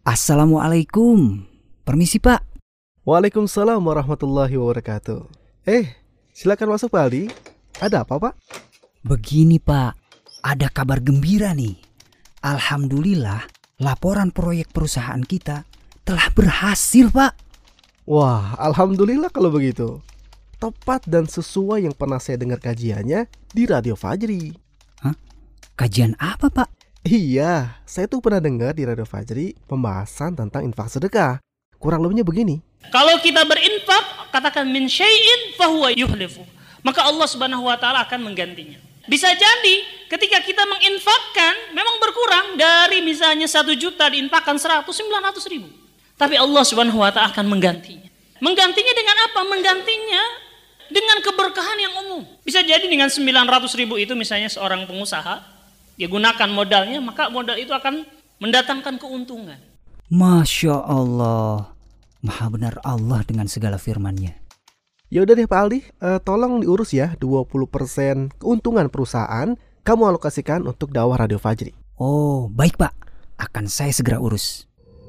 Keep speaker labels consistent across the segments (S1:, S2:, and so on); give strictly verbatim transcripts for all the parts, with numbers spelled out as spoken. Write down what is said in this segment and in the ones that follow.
S1: Assalamualaikum. Permisi Pak.
S2: Waalaikumsalam warahmatullahi wabarakatuh. Eh, silakan masuk Pak Aldi. Ada apa Pak?
S1: Begini Pak, ada kabar gembira nih. Alhamdulillah, laporan proyek perusahaan kita telah berhasil Pak.
S2: Wah, alhamdulillah kalau begitu. Tepat dan sesuai yang pernah saya dengar kajiannya di Radio Fajri.
S1: Hah? Kajian apa Pak?
S2: Iya, saya tuh pernah dengar di Radio Fajri pembahasan tentang infak sedekah. Kurang lebihnya begini.
S3: Kalau kita berinfak, katakan min syai'in fahuwa yuhlifu, maka Allah Subhanahu wa taala akan menggantinya. Bisa jadi ketika kita menginfakkan memang berkurang dari misalnya satu juta diinfakkan seratus, sembilan ratus ribu. Tapi Allah Subhanahu wa taala akan menggantinya. Menggantinya dengan apa? Menggantinya dengan keberkahan yang umum. Bisa jadi dengan sembilan ratus ribu itu misalnya seorang pengusaha, dia gunakan modalnya, maka modal itu akan mendatangkan keuntungan.
S1: Masya Allah. Maha benar Allah dengan segala firman-Nya.
S2: Ya udah deh Pak Aldi, eh, tolong diurus ya dua puluh persen keuntungan perusahaan kamu alokasikan untuk dakwah Radio Fajri.
S1: Oh, baik Pak. Akan saya segera urus.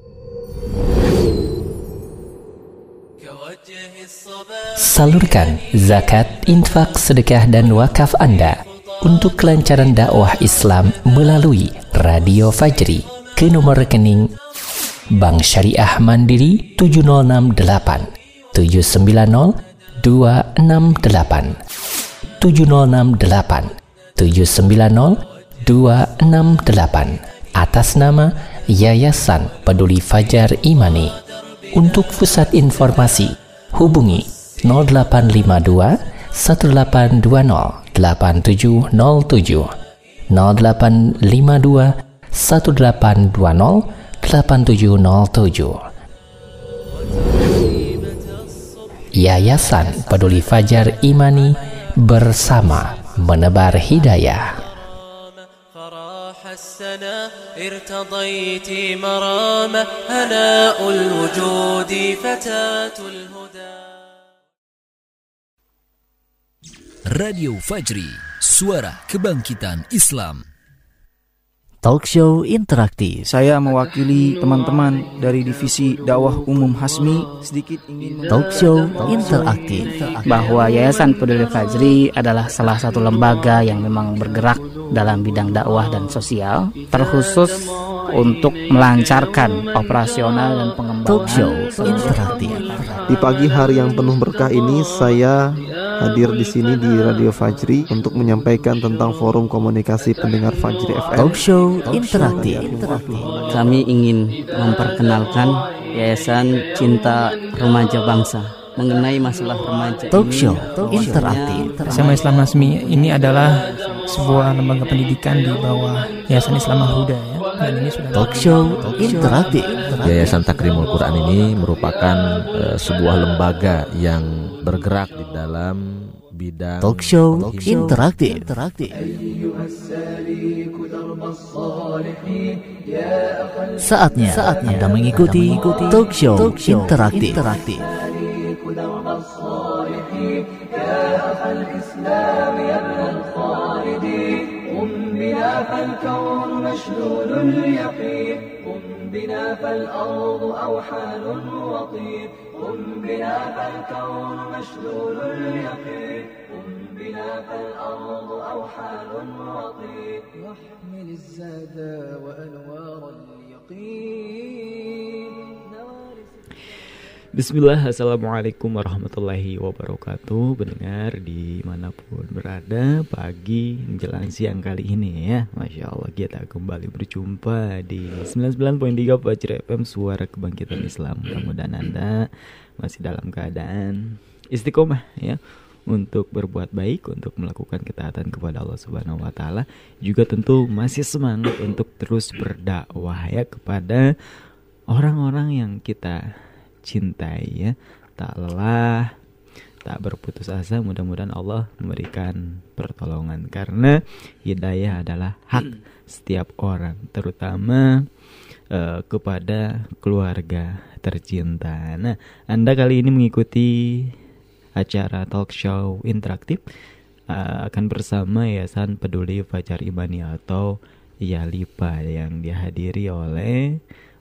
S4: Salurkan zakat, infak, sedekah dan wakaf Anda untuk kelancaran dakwah Islam melalui Radio Fajri ke nomor rekening Bank Syariah Mandiri tujuh nol enam delapan tujuh sembilan nol dua enam delapan tujuh nol enam delapan tujuh sembilan nol dua enam delapan atas nama Yayasan Peduli Fajar Imani. Untuk pusat informasi hubungi nol delapan lima dua satu delapan dua nol delapan tujuh nol tujuh nol delapan lima dua satu delapan dua nol delapan tujuh nol tujuh. Yayasan Peduli Fajar Imani, bersama menebar hidayah.
S5: Radio Fajri, suara kebangkitan Islam.
S6: Talk show interaktif.
S7: Saya mewakili teman-teman dari divisi dakwah umum Hasmi sedikit ingin
S6: Talk show interaktif.
S8: Bahwa Yayasan Peduli Fajri adalah salah satu lembaga yang memang bergerak dalam bidang dakwah dan sosial, terkhusus untuk melancarkan operasional dan pengembangan
S6: Talk show interaktif.
S9: Di pagi hari yang penuh berkah ini, saya hadir di sini di Radio Fajri untuk menyampaikan tentang forum komunikasi pendengar Fajri F M.
S6: Talk show interaktif.
S8: Kami ingin memperkenalkan Yayasan Cinta Remaja Bangsa mengenai masalah remaja.
S6: Talk show interaktif.
S10: S M A Islam Hasmi ini adalah sebuah lembaga pendidikan di bawah Yayasan Islam Al-Huda ya. Dan ini sudah
S6: Talk show interaktif.
S11: Yayasan Takrimul Quran ini merupakan uh, sebuah lembaga yang bergerak di dalam bidang
S6: talk show interaktif. Saatnya, Saatnya Anda mengikuti talk show interaktif.
S12: فالكون مشدود اليقين قم بنا فالأرض أوحال وطين قم بنا فالكون مشدود اليقين قم بنا فالأرض أوحال وطين واحمل الزاد وأنوار اليقين.
S13: Bismillah, assalamualaikum warahmatullahi wabarakatuh. Pendengar dimanapun berada, pagi menjelang siang kali ini ya, Masya Allah kita kembali berjumpa di sembilan puluh sembilan koma tiga Fajri F M, suara kebangkitan Islam. Mudah-mudahan Anda masih dalam keadaan istiqomah ya, untuk berbuat baik, untuk melakukan ketaatan kepada Allah Subhanahu wa taala, juga tentu masih semangat untuk terus berdakwah ya kepada orang-orang yang kita cintai ya, tak lelah, tak berputus asa. Mudah-mudahan Allah memberikan pertolongan, karena hidayah adalah hak setiap orang, terutama uh, kepada keluarga tercinta. Nah, Anda kali ini mengikuti acara talk show interaktif uh, akan bersama Yayasan Peduli Fajar Imani atau YALIPA yang dihadiri oleh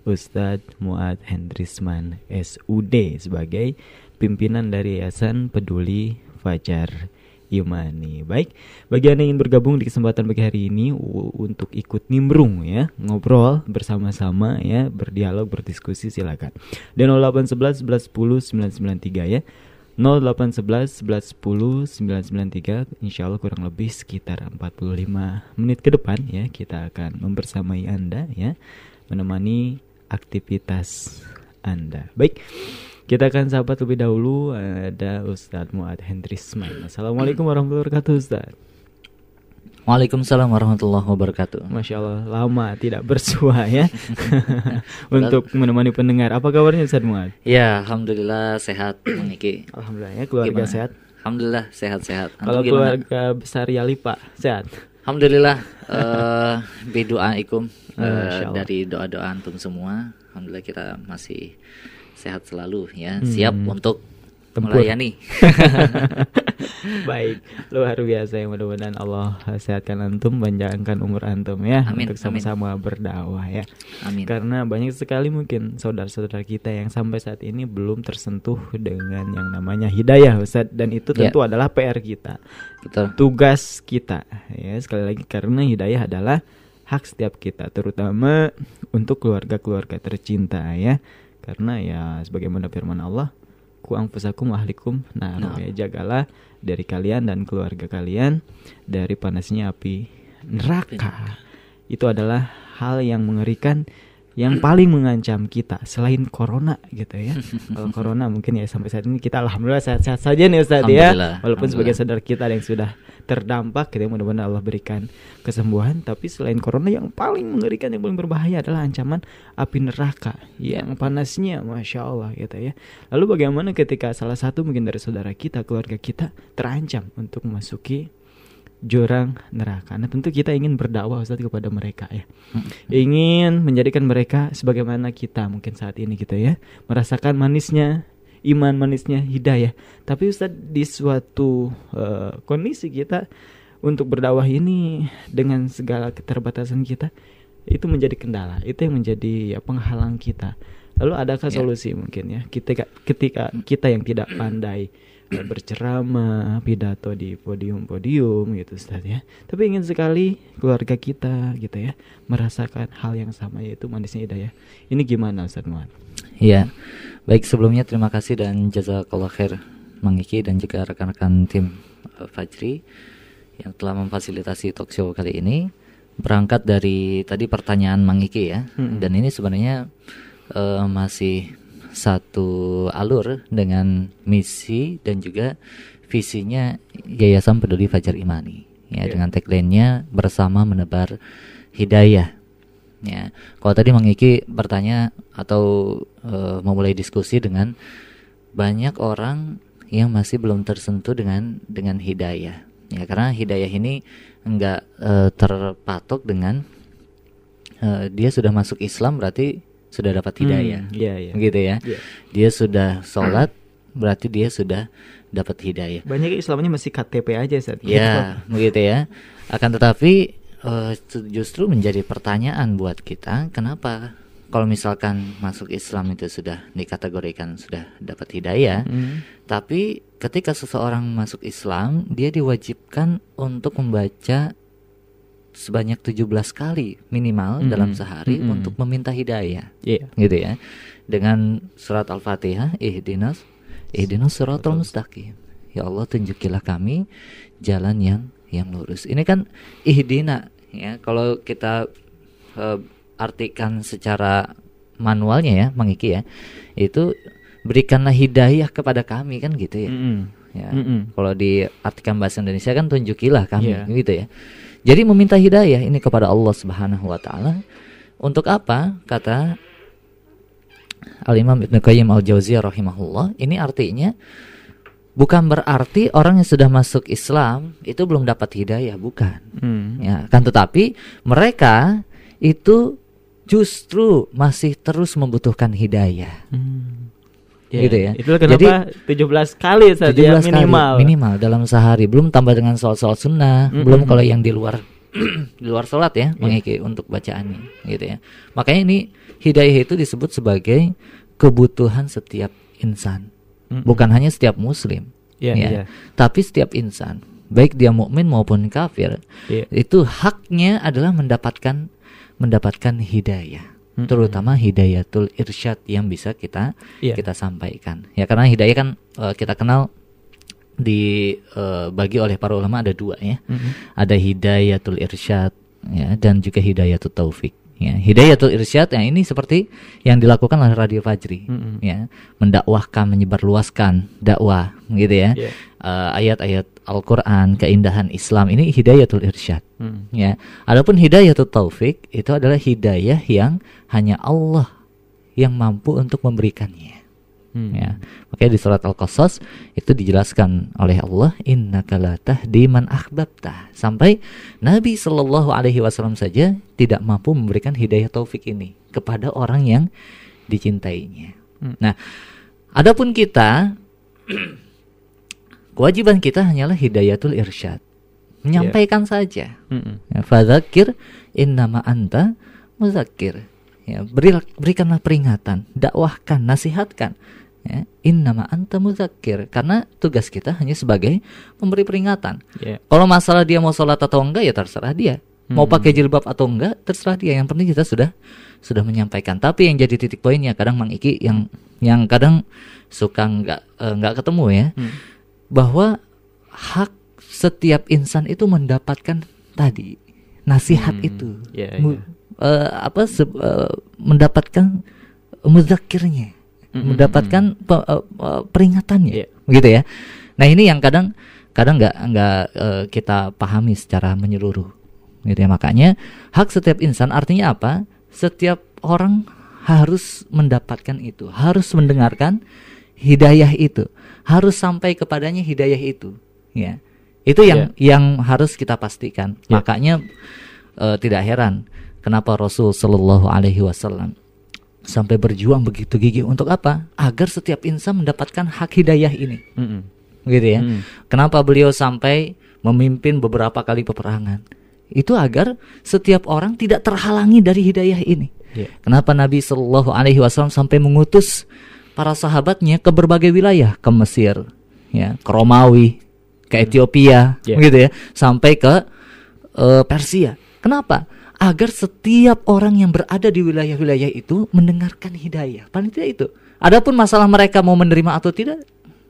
S13: Ustadz Muad Hendrisman S U D sebagai pimpinan dari Yayasan Peduli Fajar Imani. Baik, bagi Anda yang ingin bergabung di kesempatan pagi hari ini u- untuk ikut nimbrung ya, ngobrol bersama-sama ya, berdialog, berdiskusi, silakan. Di nol delapan satu satu satu nol sembilan sembilan tiga ya. nol delapan satu satu satu nol sembilan sembilan tiga. Insyaallah kurang lebih sekitar empat puluh lima menit ke depan ya, kita akan membersamai Anda ya, menemani aktivitas Anda. Baik, kita akan sahabat lebih dahulu, ada Ustadz Muad Hendrisman. Assalamualaikum warahmatullahi wabarakatuh, Ustadz.
S14: Waalaikumsalam warahmatullahi wabarakatuh.
S13: Masya Allah, lama tidak bersua ya untuk menemani pendengar. Apa kabarnya Ustadz Muad?
S14: Ya, alhamdulillah sehat, Niki.
S13: Alhamdulillah ya, keluarga
S14: Gimana?
S13: sehat.
S14: Alhamdulillah sehat-sehat.
S13: Kalau keluarga besar Yali Pak sehat.
S14: Alhamdulillah. uh, Bidu'aikum
S13: Masya
S14: uh,
S13: Allah.
S14: dari doa-doa antum semua. Alhamdulillah kita masih sehat selalu ya,
S13: Hmm.
S14: siap untuk
S13: Tempur.
S14: melayani.
S13: Baik, luar biasa ya, mudah-mudahan Allah sehatkan antum, panjangkan umur antum ya,
S14: Amin,
S13: untuk sama-sama berdakwah ya.
S14: Amin.
S13: Karena banyak sekali mungkin saudara-saudara kita yang sampai saat ini belum tersentuh dengan yang namanya hidayah, Ustaz, dan itu tentu
S14: Ya.
S13: adalah P R kita.
S14: Betul.
S13: Tugas kita ya, sekali lagi, karena hidayah adalah hak setiap kita, terutama untuk keluarga-keluarga tercinta ya. Karena ya sebagaimana firman Allah, ku anfusakum ahlikum nar,
S14: Nah.
S13: ya, jagalah dari kalian dan keluarga kalian dari panasnya api neraka. Itu adalah hal yang mengerikan, yang paling mengancam kita selain corona gitu ya. Kalau corona mungkin ya sampai saat ini kita alhamdulillah sehat-sehat saja nih Ustaz ya. Walaupun sebagai saudara kita yang sudah terdampak gitu, mudah-mudahan Allah berikan kesembuhan. Tapi selain corona, yang paling mengerikan, yang paling berbahaya adalah ancaman api neraka yang panasnya Masya Allah gitu ya. Lalu bagaimana ketika salah satu mungkin dari saudara kita, keluarga kita terancam untuk memasuki jurang neraka. Nah tentu kita ingin berdakwah Ustaz kepada mereka ya, ingin menjadikan mereka sebagaimana kita mungkin saat ini gitu ya, merasakan manisnya iman, manisnya hidayah. Tapi Ustaz, di suatu uh, kondisi kita untuk berdakwah ini dengan segala keterbatasan kita, itu menjadi kendala, itu yang menjadi ya, penghalang kita. Lalu adakah
S14: Ya.
S13: solusi mungkin ya ketika ketika kita yang tidak pandai berceramah, pidato di podium-podium gitu Ustaz ya, tapi ingin sekali keluarga kita gitu ya merasakan hal yang sama, yaitu manisnya hidayah. Ini gimana Ustaz Muad?
S14: Ya, baik, sebelumnya terima kasih dan jazakallah khair Mang Iki dan juga rekan-rekan tim uh, Fajri yang telah memfasilitasi talk show kali ini. Berangkat dari tadi pertanyaan Mang Iki ya,
S13: Hmm.
S14: dan ini sebenarnya uh, masih satu alur dengan misi dan juga visinya Yayasan Peduli Fajar Imani ya,
S13: Ya.
S14: dengan tagline-nya bersama menebar hidayah. Ya, kalau tadi Mang Iki bertanya atau uh, memulai diskusi dengan banyak orang yang masih belum tersentuh dengan dengan hidayah. Ya, karena hidayah ini enggak uh, terpatok dengan uh, dia sudah masuk Islam berarti sudah dapat hidayah.
S13: Hmm, iya, iya.
S14: Gitu ya.
S13: Iya.
S14: Dia sudah sholat berarti dia sudah dapat hidayah.
S13: Banyak Islamnya masih K T P aja Ustaz.
S14: Ya, begitu ya. Akan tetapi uh, justru menjadi pertanyaan buat kita, kenapa kalau misalkan masuk Islam itu sudah dikategorikan sudah dapat hidayah,
S13: Hmm.
S14: tapi ketika seseorang masuk Islam, dia diwajibkan untuk membaca sebanyak tujuh belas kali minimal
S13: Mm-mm.
S14: dalam sehari
S13: Mm-mm.
S14: untuk meminta hidayah.
S13: Iya.
S14: Gitu ya. Dengan surat Al-Fatihah, ihdinas ihdinas siratal mustaqim. Ya Allah, tunjukilah kami jalan yang yang lurus. Ini kan ihdina ya. Kalau kita uh, artikan secara manualnya ya, Mang Iki ya, itu berikanlah hidayah kepada kami kan gitu ya.
S13: Mm-mm.
S14: Ya.
S13: Mm-mm.
S14: Kalau diartikan bahasa Indonesia kan tunjukilah kami
S13: Yeah.
S14: gitu ya. Jadi meminta hidayah ini kepada Allah Subhanahu wa taala. Untuk apa? Kata Al-Imam Ibnu Qayyim Al-Jauziyah rahimahullah, ini artinya bukan berarti orang yang sudah masuk Islam itu belum dapat hidayah, bukan.
S13: Hmm.
S14: Ya, kan tetapi mereka itu justru masih terus membutuhkan hidayah.
S13: Hmm.
S14: Gitu ya.
S13: Itulah kenapa
S14: Jadi
S13: tujuh belas kali saja
S14: tujuh belas
S13: minimal.
S14: kali, minimal dalam sehari, belum tambah dengan sholat-sholat sunnah,
S13: Mm-mm.
S14: belum kalau yang di luar di luar sholat ya,
S13: Yeah.
S14: mengiki untuk bacaannya gitu ya. Makanya ini hidayah itu disebut sebagai kebutuhan setiap insan, mm-hmm. bukan hanya setiap muslim, yeah, ya, yeah. tapi setiap insan, baik dia mukmin maupun kafir, yeah. itu haknya adalah mendapatkan mendapatkan hidayah, mm-hmm. terutama hidayatul irsyad yang bisa kita yeah. kita sampaikan. Ya, karena hidayah kan uh, kita kenal dibagi uh, oleh para ulama ada dua ya, mm-hmm. ada hidayatul irsyad ya, dan juga hidayatul taufik. Ya, hidayatul irsyad yang ini seperti yang dilakukan oleh Radio Fajri, mm-hmm. ya, mendakwahkan, menyebarluaskan dakwah, gitu ya, yeah. uh, ayat-ayat Al-Quran, keindahan Islam, ini hidayatul irsyad. Mm. Ya, adapun hidayatul taufik itu adalah hidayah yang hanya Allah yang mampu untuk memberikannya. Hmm. Ya, makanya di surat Al-Qasas itu dijelaskan oleh Allah, innaka la tahdi man ahbabta, sampai Nabi Shallallahu Alaihi Wasallam saja tidak mampu memberikan hidayah taufik ini kepada orang yang dicintainya. Hmm. Nah, adapun kita kewajiban kita hanyalah hidayatul irsyad, menyampaikan yeah. saja. Hmm. Ya, fadzakir innama anta muzakkir. Ya, beri, berikanlah peringatan, dakwahkan, nasihatkan. Ya, innama anta muzakkir, karena tugas kita hanya sebagai memberi peringatan. Yeah. Kalau masalah dia mau sholat atau enggak ya terserah dia. Hmm. Mau pakai jilbab atau enggak terserah dia. Yang penting kita sudah sudah menyampaikan. Tapi yang jadi titik poinnya kadang Mang Iki yang yang kadang suka enggak enggak ketemu ya. Hmm. Bahwa hak setiap insan itu mendapatkan tadi nasihat hmm. itu. Yeah, yeah. Uh, apa se- uh, mendapatkan muzakkirnya. Mm-hmm. mendapatkan pe- uh, peringatannya, yeah. begitu ya. Nah ini yang kadang kadang nggak nggak uh, kita pahami secara menyeluruh, gitu ya. Makanya hak setiap insan artinya apa? Setiap orang harus mendapatkan itu, harus mendengarkan hidayah itu, harus sampai kepadanya hidayah itu, ya. Itu yang yeah. yang harus kita pastikan. Yeah. Makanya uh, tidak heran kenapa Rasul Shallallahu Alaihi Wasallam sampai berjuang begitu gigih untuk apa? Agar setiap insan mendapatkan hak hidayah ini, mm-hmm. gitu ya. Mm-hmm. Kenapa beliau sampai memimpin beberapa kali peperangan? Itu agar setiap orang tidak terhalangi dari hidayah ini. Yeah. Kenapa Nabi Shallallahu Alaihi Wasallam sampai mengutus para sahabatnya ke berbagai wilayah, ke Mesir, ya, ke Romawi, ke Ethiopia, yeah. gitu ya, sampai ke uh, Persia. Kenapa? Agar setiap orang yang berada di wilayah-wilayah itu mendengarkan hidayah. Paling tidak itu. Adapun masalah mereka mau menerima atau tidak,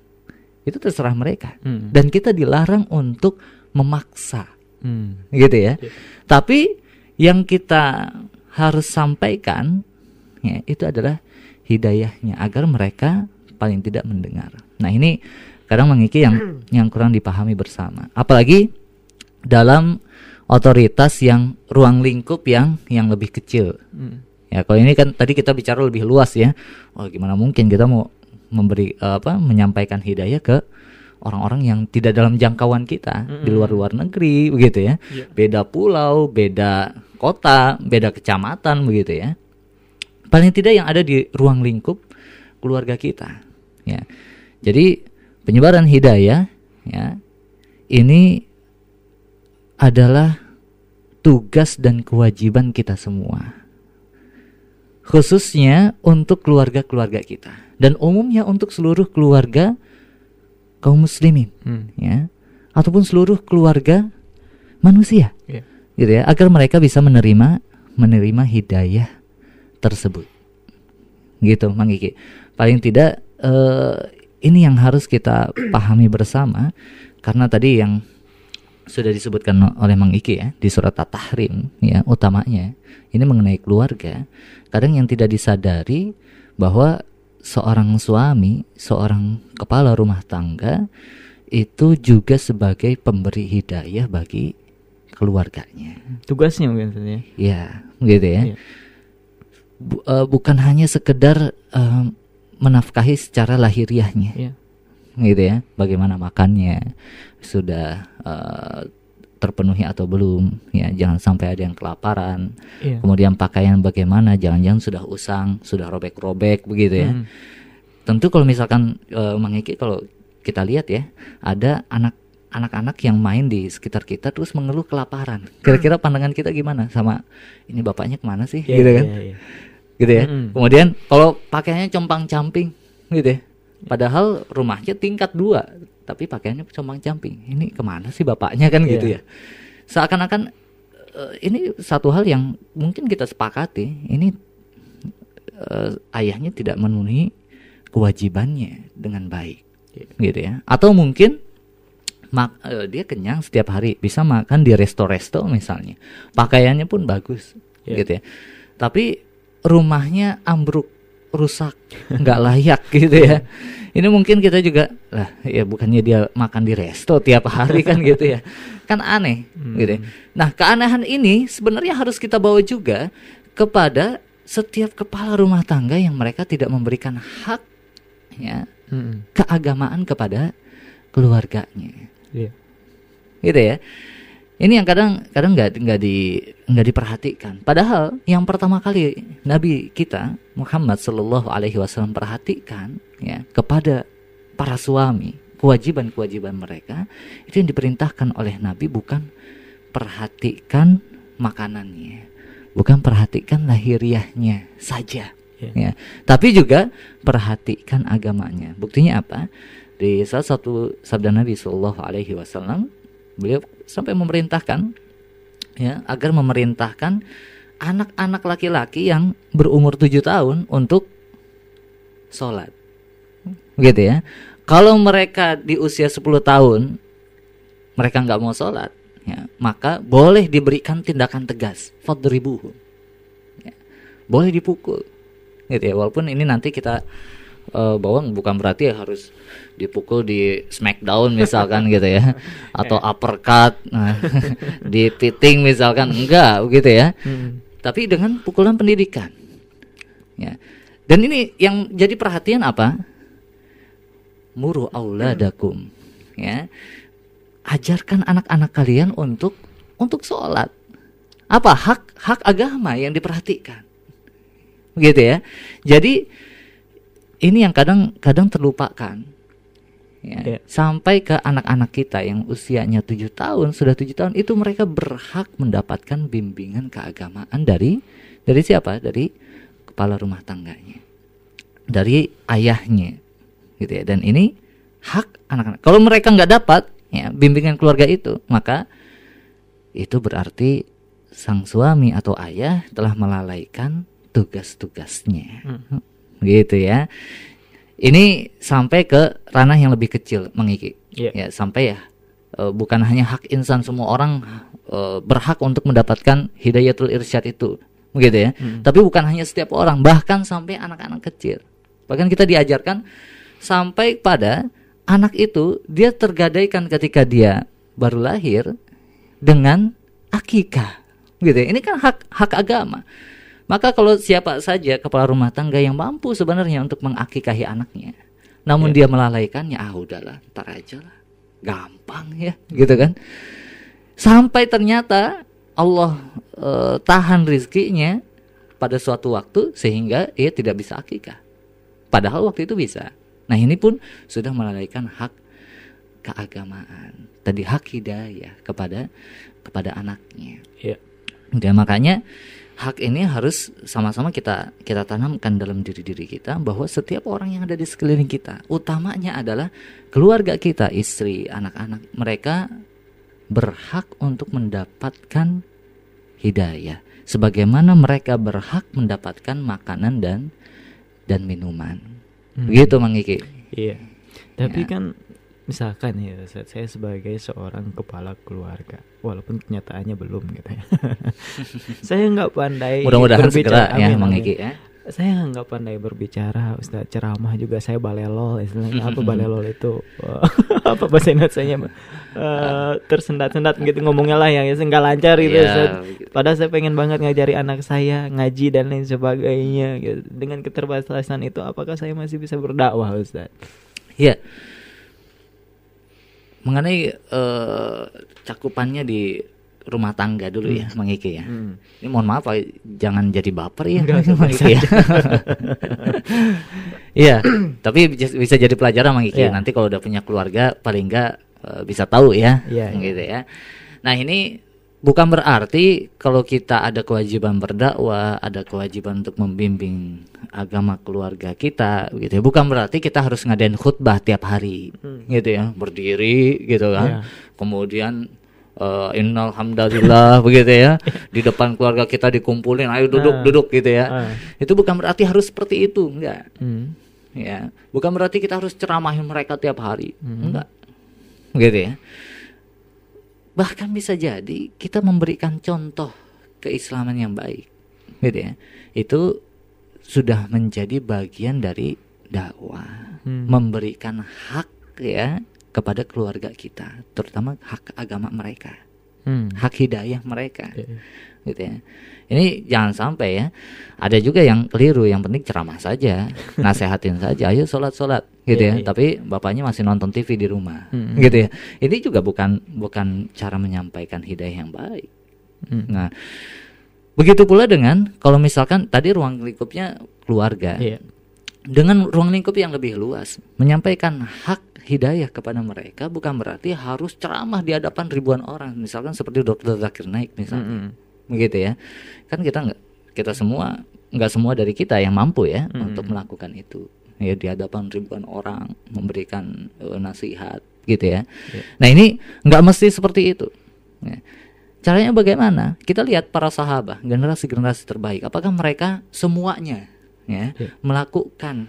S14: itu terserah mereka. Hmm. Dan kita dilarang untuk memaksa, hmm. gitu ya. Yeah. Tapi yang kita harus sampaikan, ya, itu adalah hidayahnya, agar mereka paling tidak mendengar. Nah ini kadang Mang Iki yang yang kurang dipahami bersama. Apalagi dalam otoritas yang ruang lingkup yang yang lebih kecil. Hmm. Ya, kalau ini kan tadi kita bicara lebih luas ya. Oh, gimana mungkin kita mau memberi uh, apa menyampaikan hidayah ke orang-orang yang tidak dalam jangkauan kita, mm-hmm. di luar-luar negeri begitu ya. Yeah. Beda pulau, beda kota, beda kecamatan begitu ya. Paling tidak yang ada di ruang lingkup keluarga kita. Ya. Jadi penyebaran hidayah ya ini adalah tugas dan kewajiban kita semua, khususnya untuk keluarga-keluarga kita dan umumnya untuk seluruh keluarga kaum muslimin, hmm. ya, ataupun seluruh keluarga manusia, yeah. gitu ya, agar mereka bisa menerima menerima hidayah tersebut, gitu, Mang Iki. Paling tidak uh, ini yang harus kita pahami bersama, karena tadi yang sudah disebutkan oleh Mang Iki ya di surat At-Tahrim ya, utamanya ini mengenai keluarga. Kadang yang tidak disadari bahwa seorang suami, seorang kepala rumah tangga itu juga sebagai pemberi hidayah bagi keluarganya. Tugasnya mungkin ya. Ya, gitu ya. Ya. Bu, uh, bukan hanya sekedar uh, menafkahi secara lahiriahnya. Ya. Gitu ya, bagaimana makannya, sudah uh, terpenuhi atau belum, ya, jangan sampai ada yang kelaparan. Iya. Kemudian pakaian bagaimana, jangan-jangan sudah usang, sudah robek-robek begitu ya. Hmm. Tentu kalau misalkan uh, Mang Iki, kalau kita lihat ya, ada anak anak-anak yang main di sekitar kita terus mengeluh kelaparan. Kira-kira pandangan kita gimana sama ini, bapaknya kemana sih, yeah, gitu kan? Yeah, yeah. gitu ya.
S13: Mm-hmm.
S14: Kemudian kalau pakaiannya compang-camping gitu ya. Padahal rumahnya tingkat dua, tapi pakaiannya compang-camping. Ini kemana sih bapaknya kan gitu
S13: yeah.
S14: ya. Seakan-akan uh, ini satu hal yang mungkin kita sepakati. Ini uh, ayahnya tidak memenuhi kewajibannya dengan baik, yeah. gitu ya. Atau mungkin mak, uh, dia kenyang setiap hari, bisa makan di resto-resto misalnya, pakaiannya pun bagus, yeah. gitu ya. Tapi rumahnya ambruk, rusak, nggak layak gitu ya. Ini mungkin kita juga lah, ya bukannya dia makan di resto tiap hari kan gitu ya, kan aneh, hmm. gitu ya. Nah keanehan ini sebenarnya harus kita bawa juga kepada setiap kepala rumah tangga yang mereka tidak memberikan hak ya hmm. keagamaan kepada keluarganya, yeah. gitu ya. Ini yang kadang kadang nggak nggak di nggak diperhatikan. Padahal yang pertama kali Nabi kita Muhammad Shallallahu Alaihi Wasallam perhatikan ya kepada para suami, kewajiban-kewajiban mereka itu yang diperintahkan oleh Nabi bukan perhatikan makanannya, bukan perhatikan lahiriahnya saja, yeah. ya, tapi juga perhatikan agamanya. Buktinya apa? Di salah satu sabda Nabi Shallallahu Alaihi Wasallam, beliau sampai memerintahkan ya agar memerintahkan anak-anak laki-laki yang berumur tujuh tahun untuk sholat, gitu ya. Kalau mereka di usia sepuluh tahun mereka nggak mau sholat, ya, maka boleh diberikan tindakan tegas, fadribuhum, ya, boleh dipukul, gitu ya. Walaupun ini nanti kita Uh, bahwa bukan berarti ya harus dipukul di smackdown misalkan gitu ya, atau uppercut, nah, di piting misalkan, enggak begitu ya. Hmm. Tapi dengan pukulan pendidikan, ya. Dan ini yang jadi perhatian apa? Muru auladakum, ya. Ajarkan anak-anak kalian untuk untuk sholat. Apa hak hak agama yang diperhatikan, begitu ya. Jadi ini yang kadang-kadang terlupakan, ya. Yeah. Sampai ke anak-anak kita yang usianya tujuh tahun, sudah tujuh tahun itu mereka berhak mendapatkan bimbingan keagamaan dari dari siapa? Dari kepala rumah tangganya, dari ayahnya, gitu ya. Dan ini hak anak-anak. Kalau mereka nggak dapat ya bimbingan keluarga itu, maka itu berarti sang suami atau ayah telah melalaikan tugas-tugasnya. Hmm. Gitu ya. Ini sampai ke ranah yang lebih kecil, Mengiki. Yeah. Ya, sampai ya e, bukan hanya hak insan, semua orang e, berhak untuk mendapatkan hidayatul irsyad itu, begitu ya. Hmm. Tapi bukan hanya setiap orang, bahkan sampai anak-anak kecil. Bahkan kita diajarkan sampai pada anak itu dia tergadaikan ketika dia baru lahir dengan akikah, gitu ya. Ini kan hak hak agama. Maka kalau siapa saja kepala rumah tangga yang mampu sebenarnya untuk mengakikahi anaknya, namun yeah. dia melalaikannya, ah udahlah, ntar aja lah, gampang ya, gitu kan. Sampai ternyata Allah e, tahan rizkinya pada suatu waktu sehingga ia tidak bisa akikah, padahal waktu itu bisa. Nah ini pun sudah melalaikan hak keagamaan, tadi hak hidayah kepada kepada anaknya. Yeah. Dan makanya hak ini harus sama-sama kita kita tanamkan dalam diri-diri kita, bahwa setiap orang yang ada di sekeliling kita, utamanya adalah keluarga kita, istri, anak-anak, mereka berhak untuk mendapatkan hidayah sebagaimana mereka berhak mendapatkan makanan dan dan minuman. Hmm. Begitu Mang Iki.
S13: Iya. Tapi
S14: ya.
S13: kan misalkan ya, saya sebagai seorang kepala keluarga, walaupun kenyataannya belum gitu ya. Saya nggak pandai
S14: mudah-mudahan
S13: berbicara,
S14: segera ya Mang Iki ya.
S13: Saya nggak pandai berbicara, Ustaz, ceramah juga saya balelol, istilahnya apa balelol itu? Apa bahasa Indonesianya? Uh, tersendat-sendat gitu ngomongnya lah, yang nggak lancar gitu. Yeah. Padahal saya pengen banget ngajari anak saya ngaji dan lain sebagainya gitu. Dengan keterbatasan itu, apakah saya masih bisa berdakwah, Ustaz?
S14: Iya. Yeah. Mengenai uh, cakupannya di rumah tangga dulu hmm. ya, Mang Iki ya. Hmm. Ini mohon maaf, jangan jadi baper ya, Mang Iki ya. Iya, tapi bisa jadi pelajaran Mang Iki. Yeah. Nanti kalau udah punya keluarga, paling enggak uh, bisa tahu ya, yeah, gitu yeah. ya. Nah ini bukan berarti kalau kita ada kewajiban berdakwah, ada kewajiban untuk membimbing agama keluarga kita, gitu ya. Bukan berarti kita harus ngadain khutbah tiap hari, hmm. gitu ya, berdiri, gitu kan. Yeah. Kemudian uh, innal hamdalillah, begitu ya, di depan keluarga kita dikumpulin, ayo duduk, uh. duduk, gitu ya. Uh. Itu bukan berarti harus seperti itu, enggak. Hmm. Ya, bukan berarti kita harus ceramahin mereka tiap hari, hmm. enggak, gitu ya. Bahkan bisa jadi kita memberikan contoh keislaman yang baik, gitu ya. Itu sudah menjadi bagian dari dakwah, hmm. memberikan hak ya kepada keluarga kita, terutama hak agama mereka, hmm. hak hidayah mereka, yeah. gitu ya. Ini jangan sampai ya, ada juga yang keliru, yang penting ceramah saja, nasehatin saja, ayo sholat-sholat, gitu yeah, ya. Yeah. Tapi bapaknya masih nonton T V di rumah, mm-hmm. gitu ya. Ini juga bukan bukan cara menyampaikan hidayah yang baik. Mm. Nah, begitu pula dengan kalau misalkan tadi ruang lingkupnya keluarga, yeah. dengan ruang lingkup yang lebih luas, menyampaikan hak hidayah kepada mereka bukan berarti harus ceramah di hadapan ribuan orang, misalkan seperti Dokter Zakir Naik misalnya. Mm-hmm. Begitu ya, kan kita nggak, kita semua nggak semua dari kita yang mampu ya hmm. untuk melakukan itu ya di hadapan ribuan orang memberikan uh, nasihat gitu ya. Yeah. Nah ini nggak mesti seperti itu. Ya. Caranya bagaimana? Kita lihat para sahabat, generasi-generasi terbaik, apakah mereka semuanya ya yeah. melakukan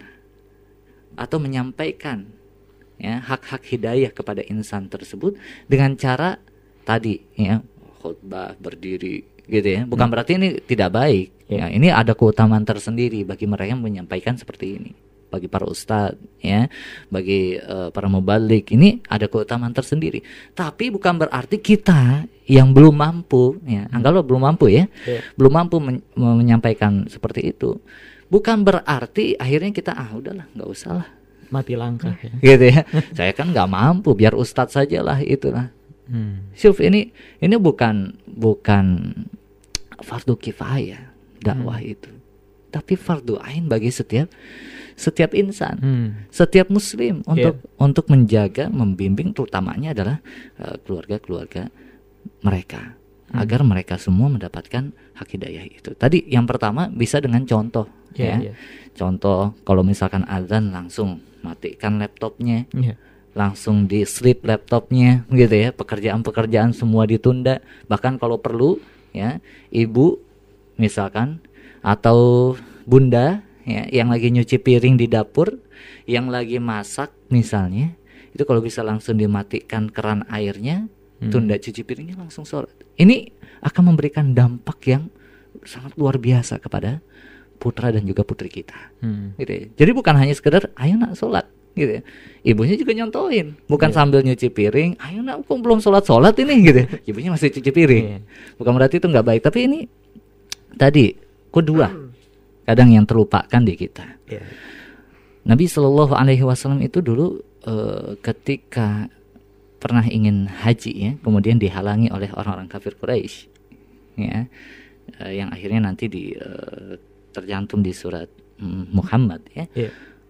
S14: atau menyampaikan ya hak-hak hidayah kepada insan tersebut dengan cara tadi ya khutbah, berdiri, gitu ya. Bukan hmm. berarti ini tidak baik. Ya, ini ada keutamaan tersendiri bagi mereka yang menyampaikan seperti ini. Bagi para ustadz, ya, bagi uh, para mubalik, ini ada keutamaan tersendiri. Tapi bukan berarti kita yang belum mampu, ya, hmm. anggaplah belum mampu ya, yeah. belum mampu men- menyampaikan seperti itu. Bukan berarti akhirnya kita ah udahlah, nggak usah lah,
S10: mati langkah, ya.
S14: gitu ya. Saya kan nggak mampu, biar ustadz sajalah itulah. Hmm. Syuf, ini ini bukan bukan fardu kifayah dakwah hmm. itu, tapi fardu ain bagi setiap setiap insan, hmm. setiap muslim untuk yeah. untuk menjaga, membimbing, terutamanya adalah uh, keluarga-keluarga mereka hmm. agar mereka semua mendapatkan hak hidayah itu. Tadi yang pertama bisa dengan contoh, yeah, ya, yeah. contoh kalau misalkan azan langsung matikan laptopnya. Yeah. Langsung di sleep laptopnya gitu ya, pekerjaan-pekerjaan semua ditunda, bahkan kalau perlu ya ibu misalkan atau bunda ya yang lagi nyuci piring di dapur, yang lagi masak misalnya, itu kalau bisa langsung dimatikan keran airnya, hmm. tunda cuci piringnya, langsung sholat. Ini akan memberikan dampak yang sangat luar biasa kepada putra dan juga putri kita, hmm. gitu ya. Jadi bukan hanya sekedar ayo nak sholat gitu ya. Ibunya juga nyontohin, bukan yeah. sambil nyuci piring, ayo nak kok belum sholat-sholat ini gitu. Ibunya masih cuci piring. Yeah. Bukan berarti itu nggak baik, tapi ini tadi kedua kadang yang terlupakan di kita. Yeah. Nabi Shallallahu Alaihi Wasallam itu dulu uh, ketika pernah ingin haji ya, kemudian dihalangi oleh orang-orang kafir Quraisy, ya, uh, yang akhirnya nanti di uh, tercantum di surat um, Muhammad ya. Yeah.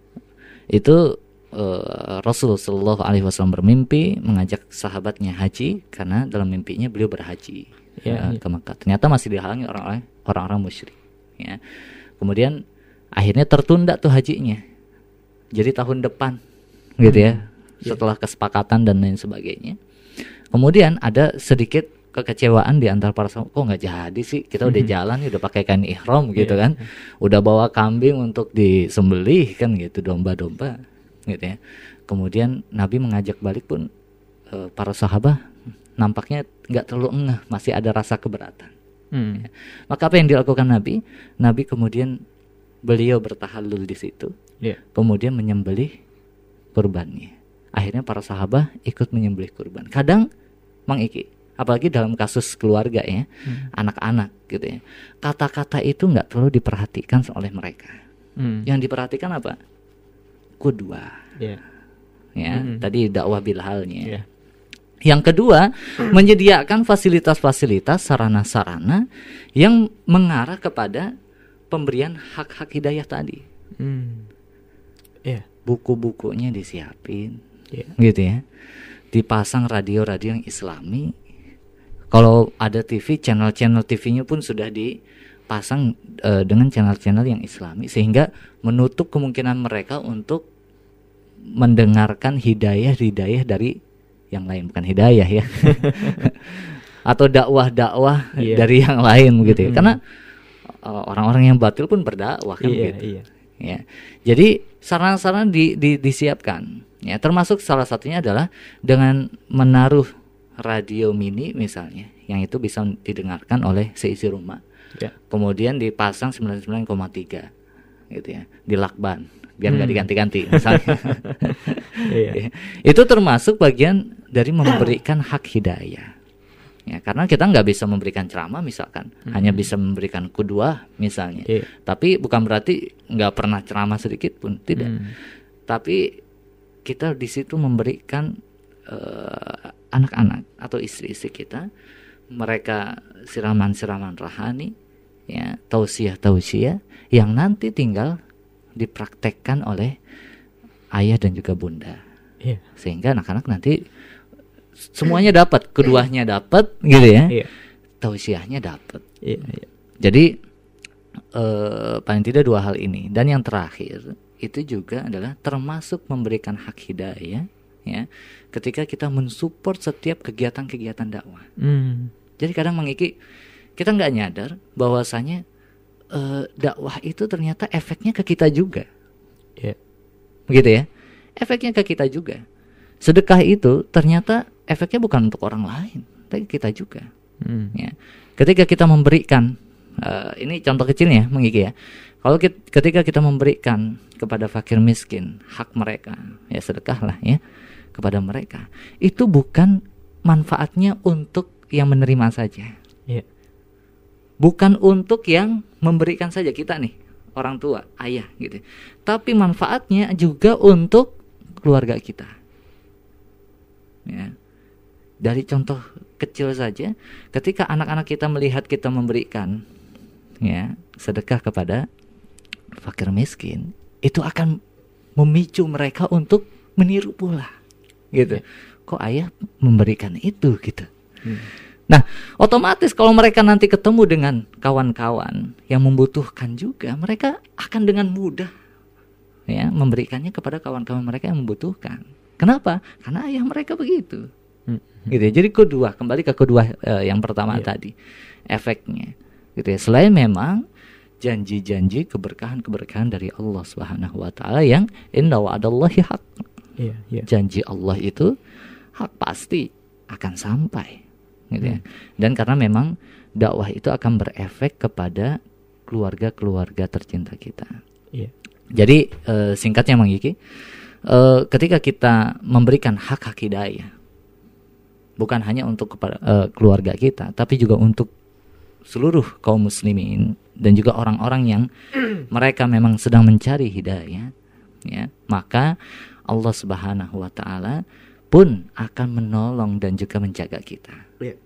S14: Itu Uh, Rasul Shallallahu Alaihi Wasallam bermimpi mengajak sahabatnya haji karena dalam mimpinya beliau berhaji ya, uh, ke Makkah. Ternyata masih dihalangi orang-orang orang-orang musyrik. Ya. Kemudian akhirnya tertunda tuh hajinya. Jadi tahun depan, gitu ya. Hmm. Setelah kesepakatan dan lain sebagainya. Kemudian ada sedikit kekecewaan di antara para sahabat. Kok nggak jadi sih? Kita udah jalan, udah pakai kain ihram gitu yeah. kan. Udah bawa kambing untuk disembelih kan gitu, domba-domba. Gitu ya. Kemudian Nabi mengajak balik pun e, para sahabat nampaknya nggak terlalu engah, masih ada rasa keberatan. Hmm. Ya. Maka apa yang dilakukan Nabi? Nabi kemudian beliau bertahallul di situ, yeah. kemudian menyembelih kurbannya. Akhirnya para sahabat ikut menyembelih kurban. Kadang Mang Iki, apalagi dalam kasus keluarga ya, hmm. anak-anak gitu ya, kata-kata itu nggak perlu diperhatikan oleh mereka. Hmm. Yang diperhatikan apa? Kedua, yeah. ya mm-hmm. tadi dakwah bilhalnya. Yeah. Yang kedua, menyediakan fasilitas-fasilitas sarana-sarana yang mengarah kepada pemberian hak-hak hidayah tadi. Mm. Yeah. Buku-bukunya disiapin, yeah. gitu ya. Dipasang radio-radio yang Islami, Kalau ada T V, channel-channel T V-nya pun sudah dipasang uh, dengan channel-channel yang Islami, sehingga menutup kemungkinan mereka untuk mendengarkan hidayah-hidayah dari yang lain, bukan hidayah ya, atau dakwah-dakwah yeah. dari yang lain gitu ya. Mm-hmm. Karena uh, orang-orang yang batil pun berdakwah kan
S13: yeah,
S14: gitu.
S13: Yeah.
S14: Ya, jadi saran-saran di, di, disiapkan. Ya, termasuk salah satunya adalah dengan menaruh radio mini misalnya, yang itu bisa didengarkan oleh seisi rumah. Yeah. Kemudian dipasang sembilan puluh sembilan koma tiga gitu ya, di lakban biar nggak hmm. diganti-ganti misalnya. Yeah. Itu termasuk bagian dari memberikan hak hidayah. Ya, karena kita nggak bisa memberikan ceramah misalkan, hmm. hanya bisa memberikan qudwah misalnya. Yeah. Tapi bukan berarti nggak pernah ceramah sedikit pun, tidak. Hmm. Tapi kita di situ memberikan uh, anak-anak atau istri-istri kita, mereka siraman-siraman rohani, ya, tausiah-tausiah yang nanti tinggal dipraktekkan oleh ayah dan juga bunda. Yeah. Sehingga anak-anak nanti semuanya dapat, keduanya dapat gitu ya. Yeah. Tausiahnya dapat. Yeah, yeah. Jadi uh, paling tidak dua hal ini. Dan yang terakhir itu juga adalah termasuk memberikan hak hidayah ya, ketika kita mensupport setiap kegiatan-kegiatan dakwah. Mm. Jadi kadang mengiki kita nggak nyadar bahwasanya uh, dakwah itu ternyata efeknya ke kita juga. Yeah. Begitu ya. Efeknya ke kita juga. Sedekah itu ternyata efeknya bukan untuk orang lain, tapi kita juga. Hmm. Ya. Ketika kita memberikan, uh, ini contoh kecilnya, mengiki ya. Kalau kita, ketika kita memberikan kepada fakir miskin hak mereka, ya sedekahlah ya kepada mereka. Itu bukan manfaatnya untuk yang menerima saja. Yeah. Bukan untuk yang memberikan saja, kita nih orang tua, ayah gitu. Tapi manfaatnya juga untuk keluarga kita. Ya. Dari contoh kecil saja, ketika anak-anak kita melihat kita memberikan ya sedekah kepada fakir miskin, itu akan memicu mereka untuk meniru pula gitu. Kok ayah memberikan itu gitu. Hmm. Nah, otomatis kalau mereka nanti ketemu dengan kawan-kawan yang membutuhkan juga, mereka akan dengan mudah ya memberikannya kepada kawan-kawan mereka yang membutuhkan. Kenapa? Karena ayah mereka begitu. Hmm. Gitu ya. Jadi kedua, kembali ke kedua uh, yang pertama yeah. tadi, efeknya. Gitu ya. Selain memang janji-janji keberkahan-keberkahan dari Allah Subhanahu wa taala yang inna wa'dallahi haq. Yeah, yeah. Janji Allah itu hak, pasti akan sampai. Gitu ya. Hmm. Dan karena memang dakwah itu akan berefek kepada keluarga-keluarga tercinta kita. Yeah. Jadi uh, singkatnya Mang Yiki, uh, ketika kita memberikan hak-hak hidayah, bukan hanya untuk kepada uh, keluarga kita, tapi juga untuk seluruh kaum muslimin dan juga orang-orang yang mereka memang sedang mencari hidayah, ya, maka Allah Subhanahu wa taala pun akan menolong dan juga menjaga kita.
S13: Yeah.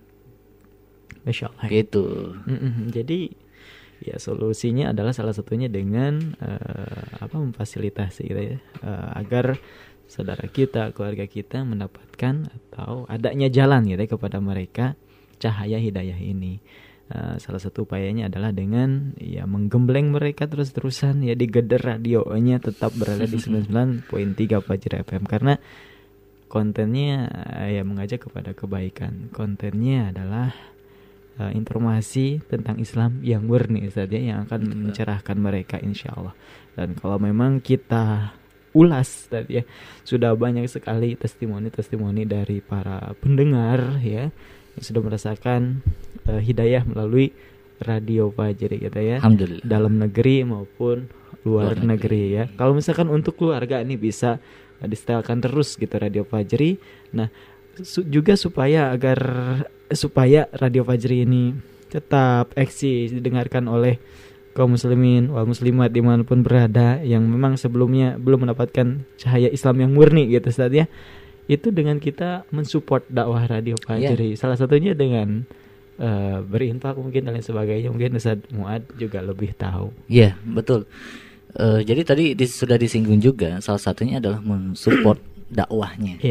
S13: Masya Allah.
S14: Gitu.
S13: Mm-hmm. Jadi ya solusinya adalah salah satunya dengan uh, apa memfasilitasi gitu ya, uh, agar saudara kita, keluarga kita mendapatkan atau adanya jalan gitu ya kepada mereka cahaya hidayah ini. Uh, salah satu upayanya adalah dengan ya menggembleng mereka terus-terusan ya, digeder radionya tetap berada di sembilan puluh sembilan koma tiga Fajri F M, karena kontennya uh, ya mengajak kepada kebaikan. Kontennya adalah uh, informasi tentang Islam yang murni saja, yang akan mencerahkan mereka insyaallah. Dan kalau memang kita ulas tadi ya, sudah banyak sekali testimoni-testimoni dari para pendengar ya yang sudah merasakan uh, hidayah melalui Radio Fajri gitu ya.
S14: Alhamdulillah.
S13: Dalam negeri maupun luar, luar negeri, negeri ya. Kalau misalkan untuk keluarga ini bisa uh, disetelkan terus gitu Radio Fajri. Nah, su- juga supaya agar supaya Radio Fajri ini tetap eksis didengarkan oleh kaum muslimin wal muslimat dimanapun berada yang memang sebelumnya belum mendapatkan cahaya Islam yang murni gitu Ustaz ya. Itu dengan kita mensupport dakwah Radio Fajri. Yeah. Salah satunya dengan uh, berinfak mungkin dan lain sebagainya. Mungkin Ustaz Muad juga lebih tahu.
S14: Iya, yeah, betul. Uh, jadi tadi di, sudah disinggung juga, salah satunya adalah mensupport dakwahnya.
S13: Iya. Yeah.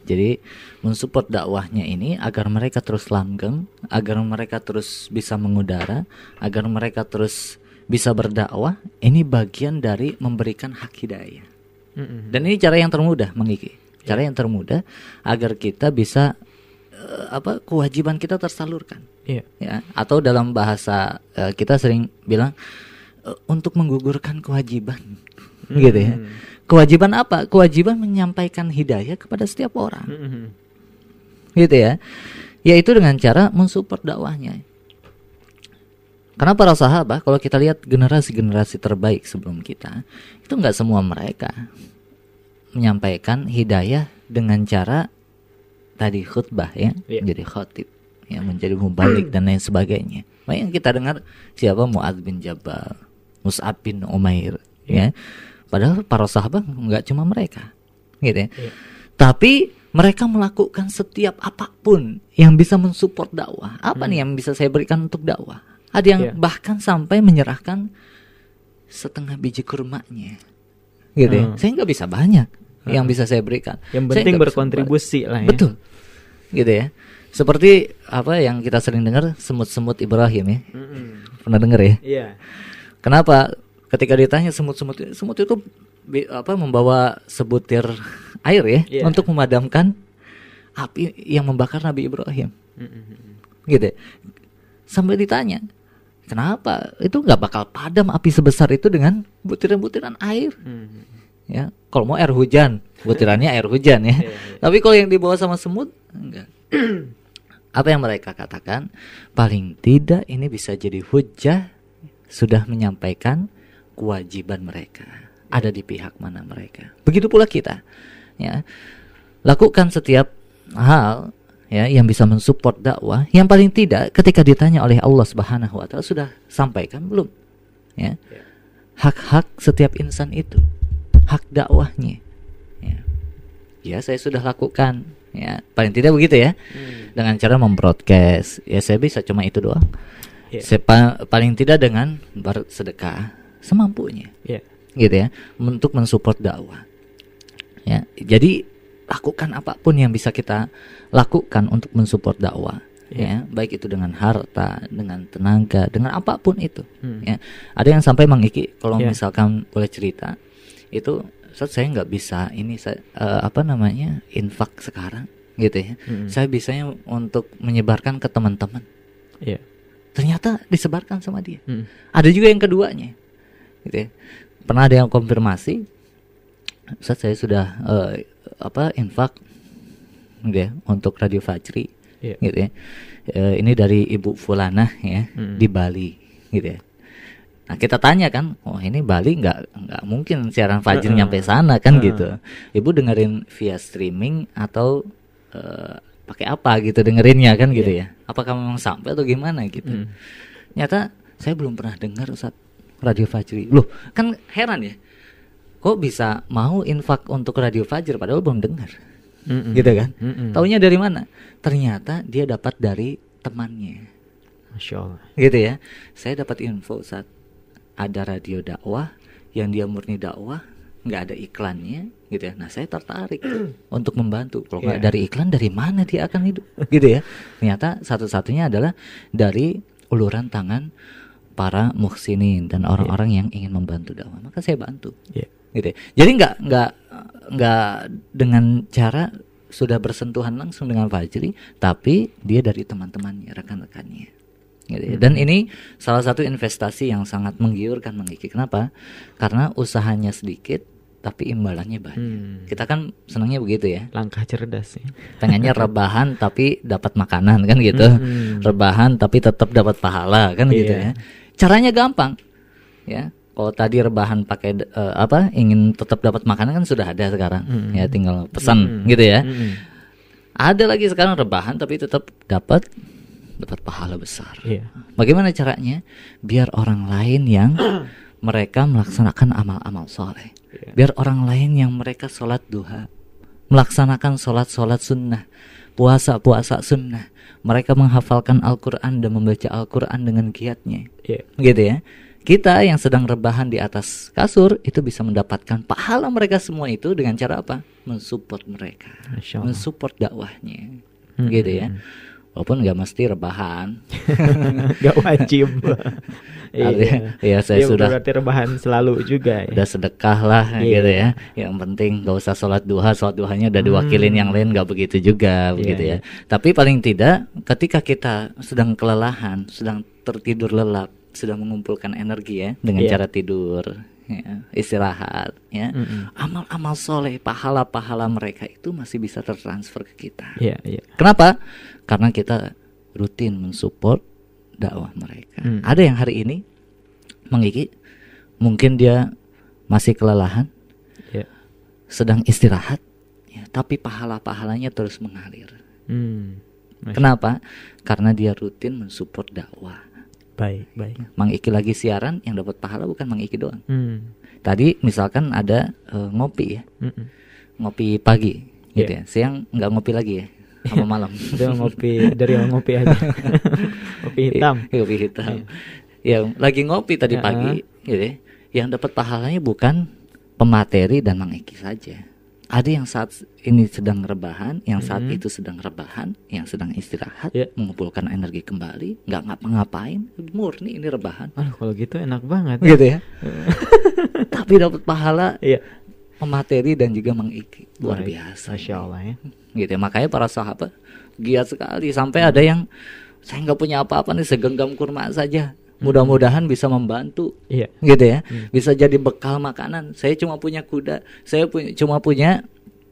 S14: Jadi mensupport dakwahnya ini agar mereka terus langgeng, agar mereka terus bisa mengudara, agar mereka terus bisa berdakwah. Ini bagian dari memberikan hak hidayah. Mm-hmm. Dan ini cara yang termudah, Mengiki. Cara yeah. yang termudah agar kita bisa uh, apa kewajiban kita tersalurkan. Yeah. Ya, atau dalam bahasa uh, kita sering bilang uh, untuk menggugurkan kewajiban. Mm-hmm. Gitu ya. Kewajiban apa? Kewajiban menyampaikan hidayah kepada setiap orang. Mm-hmm. Gitu ya. Yaitu dengan cara mensupport dakwahnya. Karena para sahabat, kalau kita lihat generasi-generasi terbaik sebelum kita, itu enggak semua mereka menyampaikan hidayah dengan cara tadi khutbah ya, yeah. menjadi khatib, ya, menjadi mubalik dan lain sebagainya. Makanya kita dengar siapa Mu'adz bin Jabal, Mus'ab bin Umair, yeah. ya. Padahal para sahabat nggak cuma mereka, gitu ya. Yeah. Tapi mereka melakukan setiap apapun yang bisa mensupport dakwah. Apa hmm. nih yang bisa saya berikan untuk dakwah? Ada yang yeah. bahkan sampai menyerahkan setengah biji kurmanya, gitu ya. Hmm. Saya nggak bisa banyak hmm. yang bisa saya berikan.
S13: Yang penting berkontribusi lah ya.
S14: Betul, gitu ya. Seperti apa yang kita sering dengar semut-semut Ibrahim ya. Mm-hmm. Pernah dengar ya? Iya. Yeah. Kenapa? Ketika ditanya semut-semut, semut itu apa membawa sebutir air ya, yeah. untuk memadamkan api yang membakar Nabi Ibrahim, mm-hmm. gitu. Sampai ditanya, kenapa itu nggak bakal padam api sebesar itu dengan butiran-butiran air? Mm-hmm. Ya, kalau mau air hujan, butirannya air hujan ya. Yeah, yeah. Tapi kalau yang dibawa sama semut, enggak. Apa yang mereka katakan? Paling tidak ini bisa jadi hujah, sudah menyampaikan kewajiban mereka, ada di pihak mana mereka. Begitu pula kita, ya, lakukan setiap hal ya yang bisa mensupport dakwah. Yang paling tidak ketika ditanya oleh Allah Subhanahu Wa Taala, sudah sampaikan belum? Ya, hak-hak setiap insan itu, hak dakwahnya. Ya, ya saya sudah lakukan. Ya, paling tidak begitu ya, hmm. dengan cara membroadcast. Ya saya bisa cuma itu doang. Yeah. Saya pa- paling tidak dengan bersedekah semampunya, yeah. gitu ya, untuk mensupport dakwah. Ya, jadi lakukan apapun yang bisa kita lakukan untuk mensupport dakwah, yeah. ya, baik itu dengan harta, dengan tenaga, dengan apapun itu. Hmm. Ya, ada yang sampai Mengiki, kalau yeah. misalkan boleh cerita, itu Ustaz, saya nggak bisa ini, saya, uh, apa namanya, infak sekarang, gitu ya. Hmm. Saya bisanya untuk menyebarkan ke teman-teman. Yeah. Ternyata disebarkan sama dia. Hmm. Ada juga yang keduanya. Gitu ya. Pernah ada yang konfirmasi, Ustaz saya sudah uh, apa infak gitu ya, untuk Radio Fajri, yeah. gitu ya. Uh, ini dari Ibu Fulanah ya, mm. di Bali, gitu ya. Nah kita tanya kan, oh ini Bali nggak nggak mungkin siaran Fajri uh-uh. nyampe sana kan, uh-uh. gitu. Ibu dengerin via streaming atau uh, pakai apa gitu dengerinnya kan, yeah. gitu ya. Apakah memang sampai atau gimana gitu? Mm. Nyata saya belum pernah dengar Ustaz Radio Fajri. Loh, kan heran ya. Kok bisa mau infak untuk Radio Fajri padahal belum dengar? Mm-mm. Gitu kan? Mm-mm. Taunya dari mana? Ternyata dia dapat dari temannya.
S13: Masya Allah.
S14: Gitu ya. Saya dapat info saat ada radio dakwah yang dia murni dakwah, nggak ada iklannya, gitu ya. Nah saya tertarik untuk membantu. Kalau nggak yeah. dari iklan, dari mana dia akan hidup? Gitu ya. Ternyata satu-satunya adalah dari uluran tangan para muhsinin dan orang-orang yeah. yang ingin membantu dakwah, maka saya bantu, yeah. gitu. Jadi nggak nggak nggak dengan cara sudah bersentuhan langsung dengan Fajri, tapi dia dari teman-temannya, rekan-rekannya, gitu. Mm-hmm. Dan ini salah satu investasi yang sangat menggiurkan, Mengiki. Kenapa? Karena usahanya sedikit, tapi imbalannya banyak. Hmm. Kita kan senangnya begitu ya.
S13: Langkah cerdas ya.
S14: Pengennya rebahan tapi dapat makanan kan gitu. Hmm. Rebahan tapi tetap dapat pahala kan, yeah. gitu ya. Caranya gampang, ya. Kalau tadi rebahan pakai uh, apa, ingin tetap dapat makanan kan sudah ada sekarang, mm-hmm. ya tinggal pesan, mm-hmm. gitu ya. Mm-hmm. Ada lagi sekarang rebahan tapi tetap dapat dapat pahala besar. Yeah. Bagaimana caranya? Biar orang lain yang mereka melaksanakan amal-amal soleh, yeah. biar orang lain yang mereka sholat duha, melaksanakan sholat-sholat sunnah, puasa-puasa sunnah, mereka menghafalkan Al-Quran dan membaca Al-Quran dengan giatnya, yeah. gitu ya. kita yang sedang rebahan di atas kasur itu bisa mendapatkan pahala mereka semua itu dengan cara apa? Mensupport mereka, mensupport dakwahnya, hmm. gitu ya. Walaupun nggak mesti rebahan,
S13: nggak wajib.
S14: Iya, ya saya
S13: ya,
S14: sudah
S13: berarti rebahan selalu juga. Ya?
S14: Udah sedekah lah,
S13: iya. gitu
S14: ya. Yang penting nggak usah sholat duha, sholat duhanya udah diwakilin hmm. yang lain, nggak begitu juga, iya, begitu ya. Iya. Tapi paling tidak, ketika kita sedang kelelahan, sedang tertidur lelap, sedang mengumpulkan energi ya dengan iya. cara tidur. Ya, istirahat ya, mm-hmm. amal-amal soleh, pahala-pahala mereka itu masih bisa tertransfer ke kita.
S13: Yeah, yeah.
S14: Kenapa? Karena kita rutin mensupport dakwah mereka. Mm. Ada yang hari ini mengiki, mungkin dia masih kelelahan, yeah. sedang istirahat, ya, tapi pahala-pahalanya terus mengalir. Mm. Kenapa? Karena dia rutin mensupport dakwah.
S13: Baik, baik.
S14: Mang Iki lagi siaran, yang dapat pahala bukan Mang Iki doang.
S13: Hmm.
S14: Tadi misalkan ada uh, ngopi ya, Mm-mm. ngopi pagi, gitu yeah. ya. Siang nggak ngopi lagi ya, sama malam.
S13: Dia ngopi dari ngopi aja, ngopi hitam.
S14: Ngopi hitam. Yeah. Ya lagi ngopi tadi yeah. pagi, gitu ya. Yang dapat pahalanya bukan pemateri dan Mang Iki saja. Ada yang saat ini sedang rebahan, yang saat mm-hmm. itu sedang rebahan, yang sedang istirahat, yeah. mengumpulkan energi kembali, nggak ngapa-ngapain, murni ini rebahan.
S13: Aduh, kalau gitu enak banget.
S14: Gitu ya. Tapi dapat pahala,
S13: yeah.
S14: pemateri dan juga mengiki, luar Baik. biasa.
S13: Masya Allah ya.
S14: Gitu ya. Makanya para sahabat giat sekali sampai hmm. ada yang saya nggak punya apa-apa nih, segenggam kurma saja. Mudah-mudahan bisa membantu,
S13: iya.
S14: gitu ya,
S13: hmm.
S14: bisa jadi bekal makanan. Saya cuma punya kuda, saya punya, cuma punya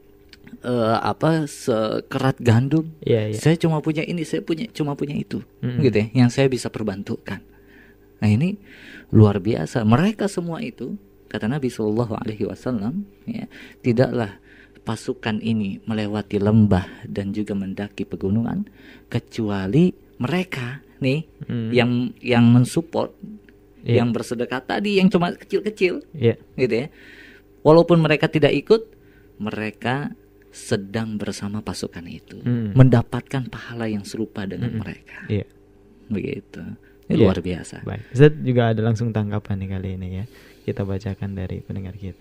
S14: uh, apa sekerat gandum,
S13: iya, iya.
S14: saya cuma punya ini, saya punya cuma punya itu,
S13: hmm.
S14: gitu ya, yang saya bisa perbantukan. Nah ini luar biasa. Mereka semua itu kata Nabi Shallallahu Alaihi Wasallam, ya, tidaklah pasukan ini melewati lembah dan juga mendaki pegunungan kecuali mereka nih hmm. yang yang mensupport, yeah. yang bersedekah tadi, yang cuma kecil-kecil,
S13: yeah.
S14: gitu ya. Walaupun mereka tidak ikut, mereka sedang bersama pasukan itu, hmm. mendapatkan pahala yang serupa dengan hmm. mereka.
S13: Yeah.
S14: Begitu. Ini yeah. luar biasa.
S13: Baik. Zat juga ada langsung tanggapan nih kali ini ya. Kita bacakan dari pendengar kita.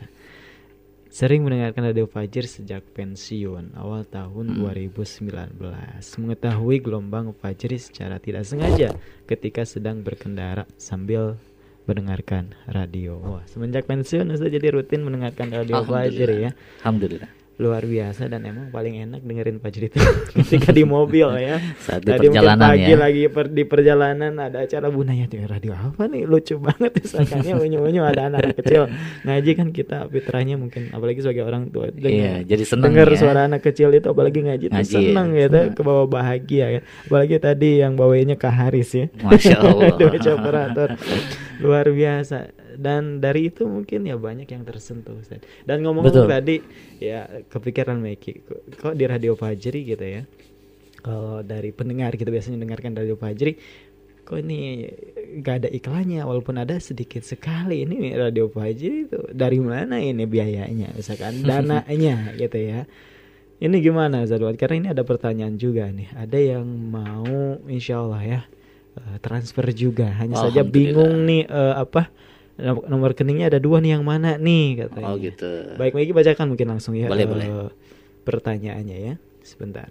S13: Sering mendengarkan Radio Fajri sejak pensiun awal tahun hmm. dua ribu sembilan belas. Mengetahui gelombang Fajri secara tidak sengaja ketika sedang berkendara sambil mendengarkan radio. Wah, semenjak pensiun Ustaz jadi rutin mendengarkan Radio Fajri ya.
S14: Alhamdulillah.
S13: Luar biasa, dan emang paling enak dengerin Fajri itu ketika di mobil ya.
S14: Saat di
S13: Tadi
S14: perjalanan
S13: pagi
S14: ya.
S13: lagi per, di perjalanan ada acara bunanya di radio apa nih, lucu banget misalkannya unyu-unyu ada anak kecil ngaji kan, kita fitrahnya mungkin apalagi sebagai orang tua
S14: iya, jadi seneng
S13: dengar
S14: ya.
S13: suara anak kecil itu apalagi ngaji, ngaji tuh seneng ya, gitu, ke bawah bahagia ya. Apalagi tadi yang bawainya Kak Haris ya.
S14: Masya Allah.
S13: operator luar biasa. Dan dari itu mungkin ya banyak yang tersentuh Ustaz. Dan ngomong-ngomong tadi ya kepikiran Meki, kok, kok di Radio Fajri gitu ya, kalau dari pendengar kita biasanya dengarkan Radio Fajri, kok ini gak ada iklannya, walaupun ada sedikit sekali. Ini Radio Fajri itu dari mana ini biayanya, misalkan dananya gitu ya. Ini gimana Ustaz? Karena ini ada pertanyaan juga nih, ada yang mau insya Allah ya transfer juga, hanya saja bingung nih uh, apa nomor rekeningnya ada dua nih, yang mana nih katanya.
S14: Oh gitu.
S13: Baik, Megi bacakan mungkin langsung ya.
S14: Boleh,
S13: uh,
S14: boleh.
S13: Pertanyaannya ya, sebentar.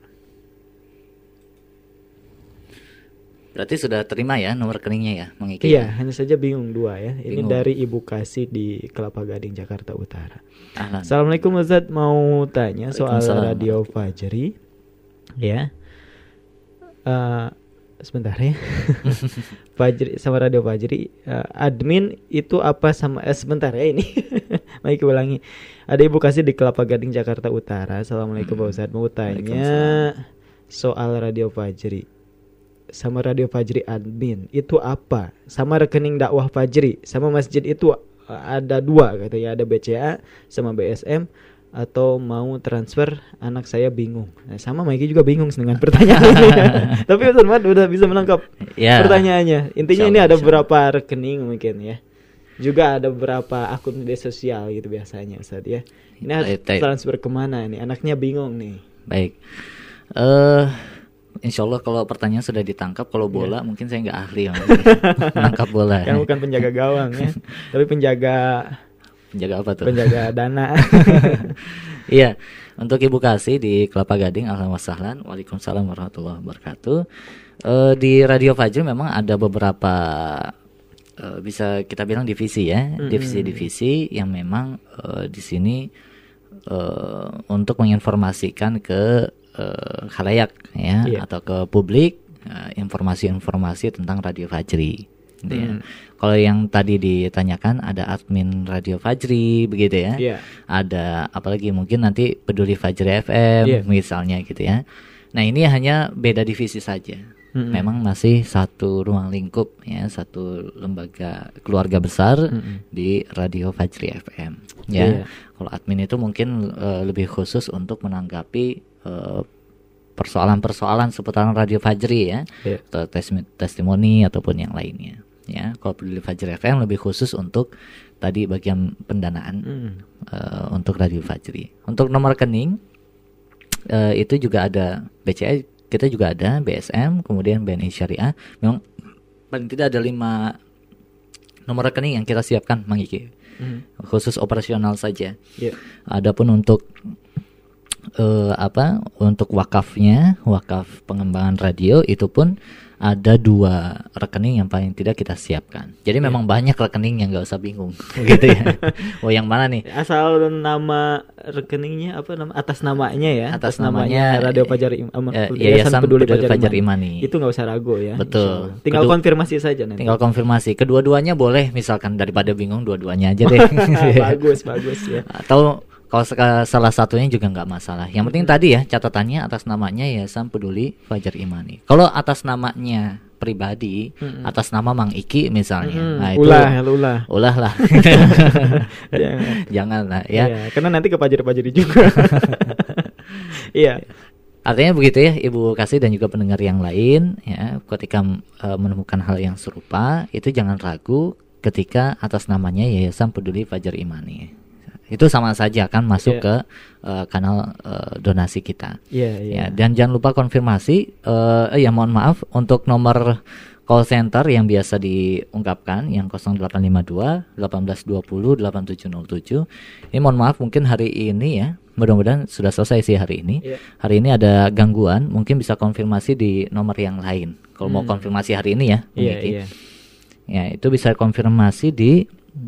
S14: Berarti sudah terima ya nomor rekeningnya ya, mengikuti.
S13: Iya, hanya saja bingung dua ya. Ini bingung. Dari Ibu Kasih di Kelapa Gading, Jakarta Utara.
S14: Ahlan.
S13: Assalamualaikum Ustaz, mau tanya soal Radio Fajri. Ya. Uh, sebentar ya. Fajri sama Radio Fajri, uh, admin itu apa sama eh, sebentar ya ini. Mari kita ulangi. Ada Ibu Kasih di Kelapa Gading, Jakarta Utara. Assalamualaikum Pak Ustadz, mau tanya soal Radio Fajri sama Radio Fajri admin itu apa? Sama rekening dakwah Fajri sama masjid itu ada dua katanya, ada B C A sama B S M, atau mau transfer anak saya bingung. Nah, sama Mikey juga bingung dengan pertanyaan ini. Tapi Ustaz Mat udah bisa menangkap ya, pertanyaannya. Intinya ini ada beberapa rekening mungkin ya. Juga ada beberapa akun media sosial gitu biasanya Ustaz ya. Ini harus transfer kemana nih? Anaknya bingung nih.
S14: Baik. Uh, insya Allah kalau pertanyaan sudah ditangkap, kalau bola yeah. mungkin saya nggak ahli ya, menangkap bola.
S13: Yang bukan penjaga gawang ya, tapi penjaga
S14: penjaga apa tuh?
S13: Penjaga dana.
S14: Iya, untuk Ibu Kasih di Kelapa Gading, ahlan wa sahlan. Waalaikumsalam warahmatullahi wabarakatuh. Uh, di Radio Fajri memang ada beberapa uh, bisa kita bilang divisi ya, mm-hmm. divisi-divisi yang memang uh, di sini uh, untuk menginformasikan ke uh, khalayak ya yeah. atau ke publik uh, informasi-informasi tentang Radio Fajri. Gitu ya. Hmm. Kalau yang tadi ditanyakan ada admin Radio Fajri begitu ya. Yeah. Ada apalagi mungkin nanti Peduli Fajri F M yeah. misalnya gitu ya. Nah, ini hanya beda divisi saja. Hmm. Memang masih satu ruang lingkup ya, satu lembaga keluarga besar hmm. di Radio Fajri F M ya. Yeah. Kalau admin itu mungkin uh, lebih khusus untuk menanggapi uh, persoalan-persoalan seputaran Radio Fajri ya. Yeah. Atau tes- testimoni ataupun yang lainnya. Ya, kalau Peduli Fajri F M lebih khusus untuk tadi bagian pendanaan mm. uh, untuk Radio Fajri. Untuk nomor rekening uh, itu juga ada B C A, kita juga ada B S M, kemudian B N I Syariah. Memang paling tidak ada lima nomor rekening yang kita siapkan, Mang Iki. Mm. Khusus operasional saja. Yeah. Adapun untuk uh, apa? Untuk wakafnya, wakaf pengembangan radio itu pun ada dua rekening yang paling tidak kita siapkan. Jadi yeah. memang banyak rekening yang nggak usah bingung, gitu ya. Oh, yang mana nih?
S13: Asal nama rekeningnya apa nama atas namanya ya?
S14: Atas, atas namanya,
S13: namanya Radio Fajar Imani.
S14: Uh, Yayasan Peduli, Peduli Fajar Imani.
S13: Itu nggak usah ragu ya.
S14: Betul.
S13: Tinggal
S14: Kedu-
S13: konfirmasi saja nanti.
S14: Tinggal konfirmasi. Kedua-duanya boleh, misalkan daripada bingung dua-duanya aja deh.
S13: Bagus, bagus ya.
S14: Atau kalau salah satunya juga nggak masalah. Yang penting hmm. tadi ya catatannya atas namanya Yayasan Peduli Fajar Imani. Kalau atas namanya pribadi, hmm. atas nama Mang Iki misalnya,
S13: hmm.
S14: nah itu
S13: ulah, ulah,
S14: ulah lah.
S13: Jangan,
S14: jangan lah ya.
S13: ya. Karena nanti ke Fajri-Fajri juga. Iya.
S14: Artinya begitu ya, Ibu Kasih dan juga pendengar yang lain ya. Ketika uh, menemukan hal yang serupa, itu jangan ragu ketika atas namanya Yayasan Peduli Fajar Imani. Itu sama saja kan masuk yeah. ke uh, kanal uh, donasi kita.
S13: Yeah, yeah.
S14: Ya, dan jangan lupa konfirmasi. Uh, ya mohon maaf untuk nomor call center yang biasa diungkapkan yang nol delapan lima dua delapan dua nol delapan tujuh nol tujuh. Ini mohon maaf mungkin hari ini ya. Mudah-mudahan sudah selesai sih hari ini. Yeah. Hari ini ada gangguan, mungkin bisa konfirmasi di nomor yang lain. Kalau hmm. mau konfirmasi hari ini ya.
S13: Yeah, yeah.
S14: Ya itu bisa konfirmasi di.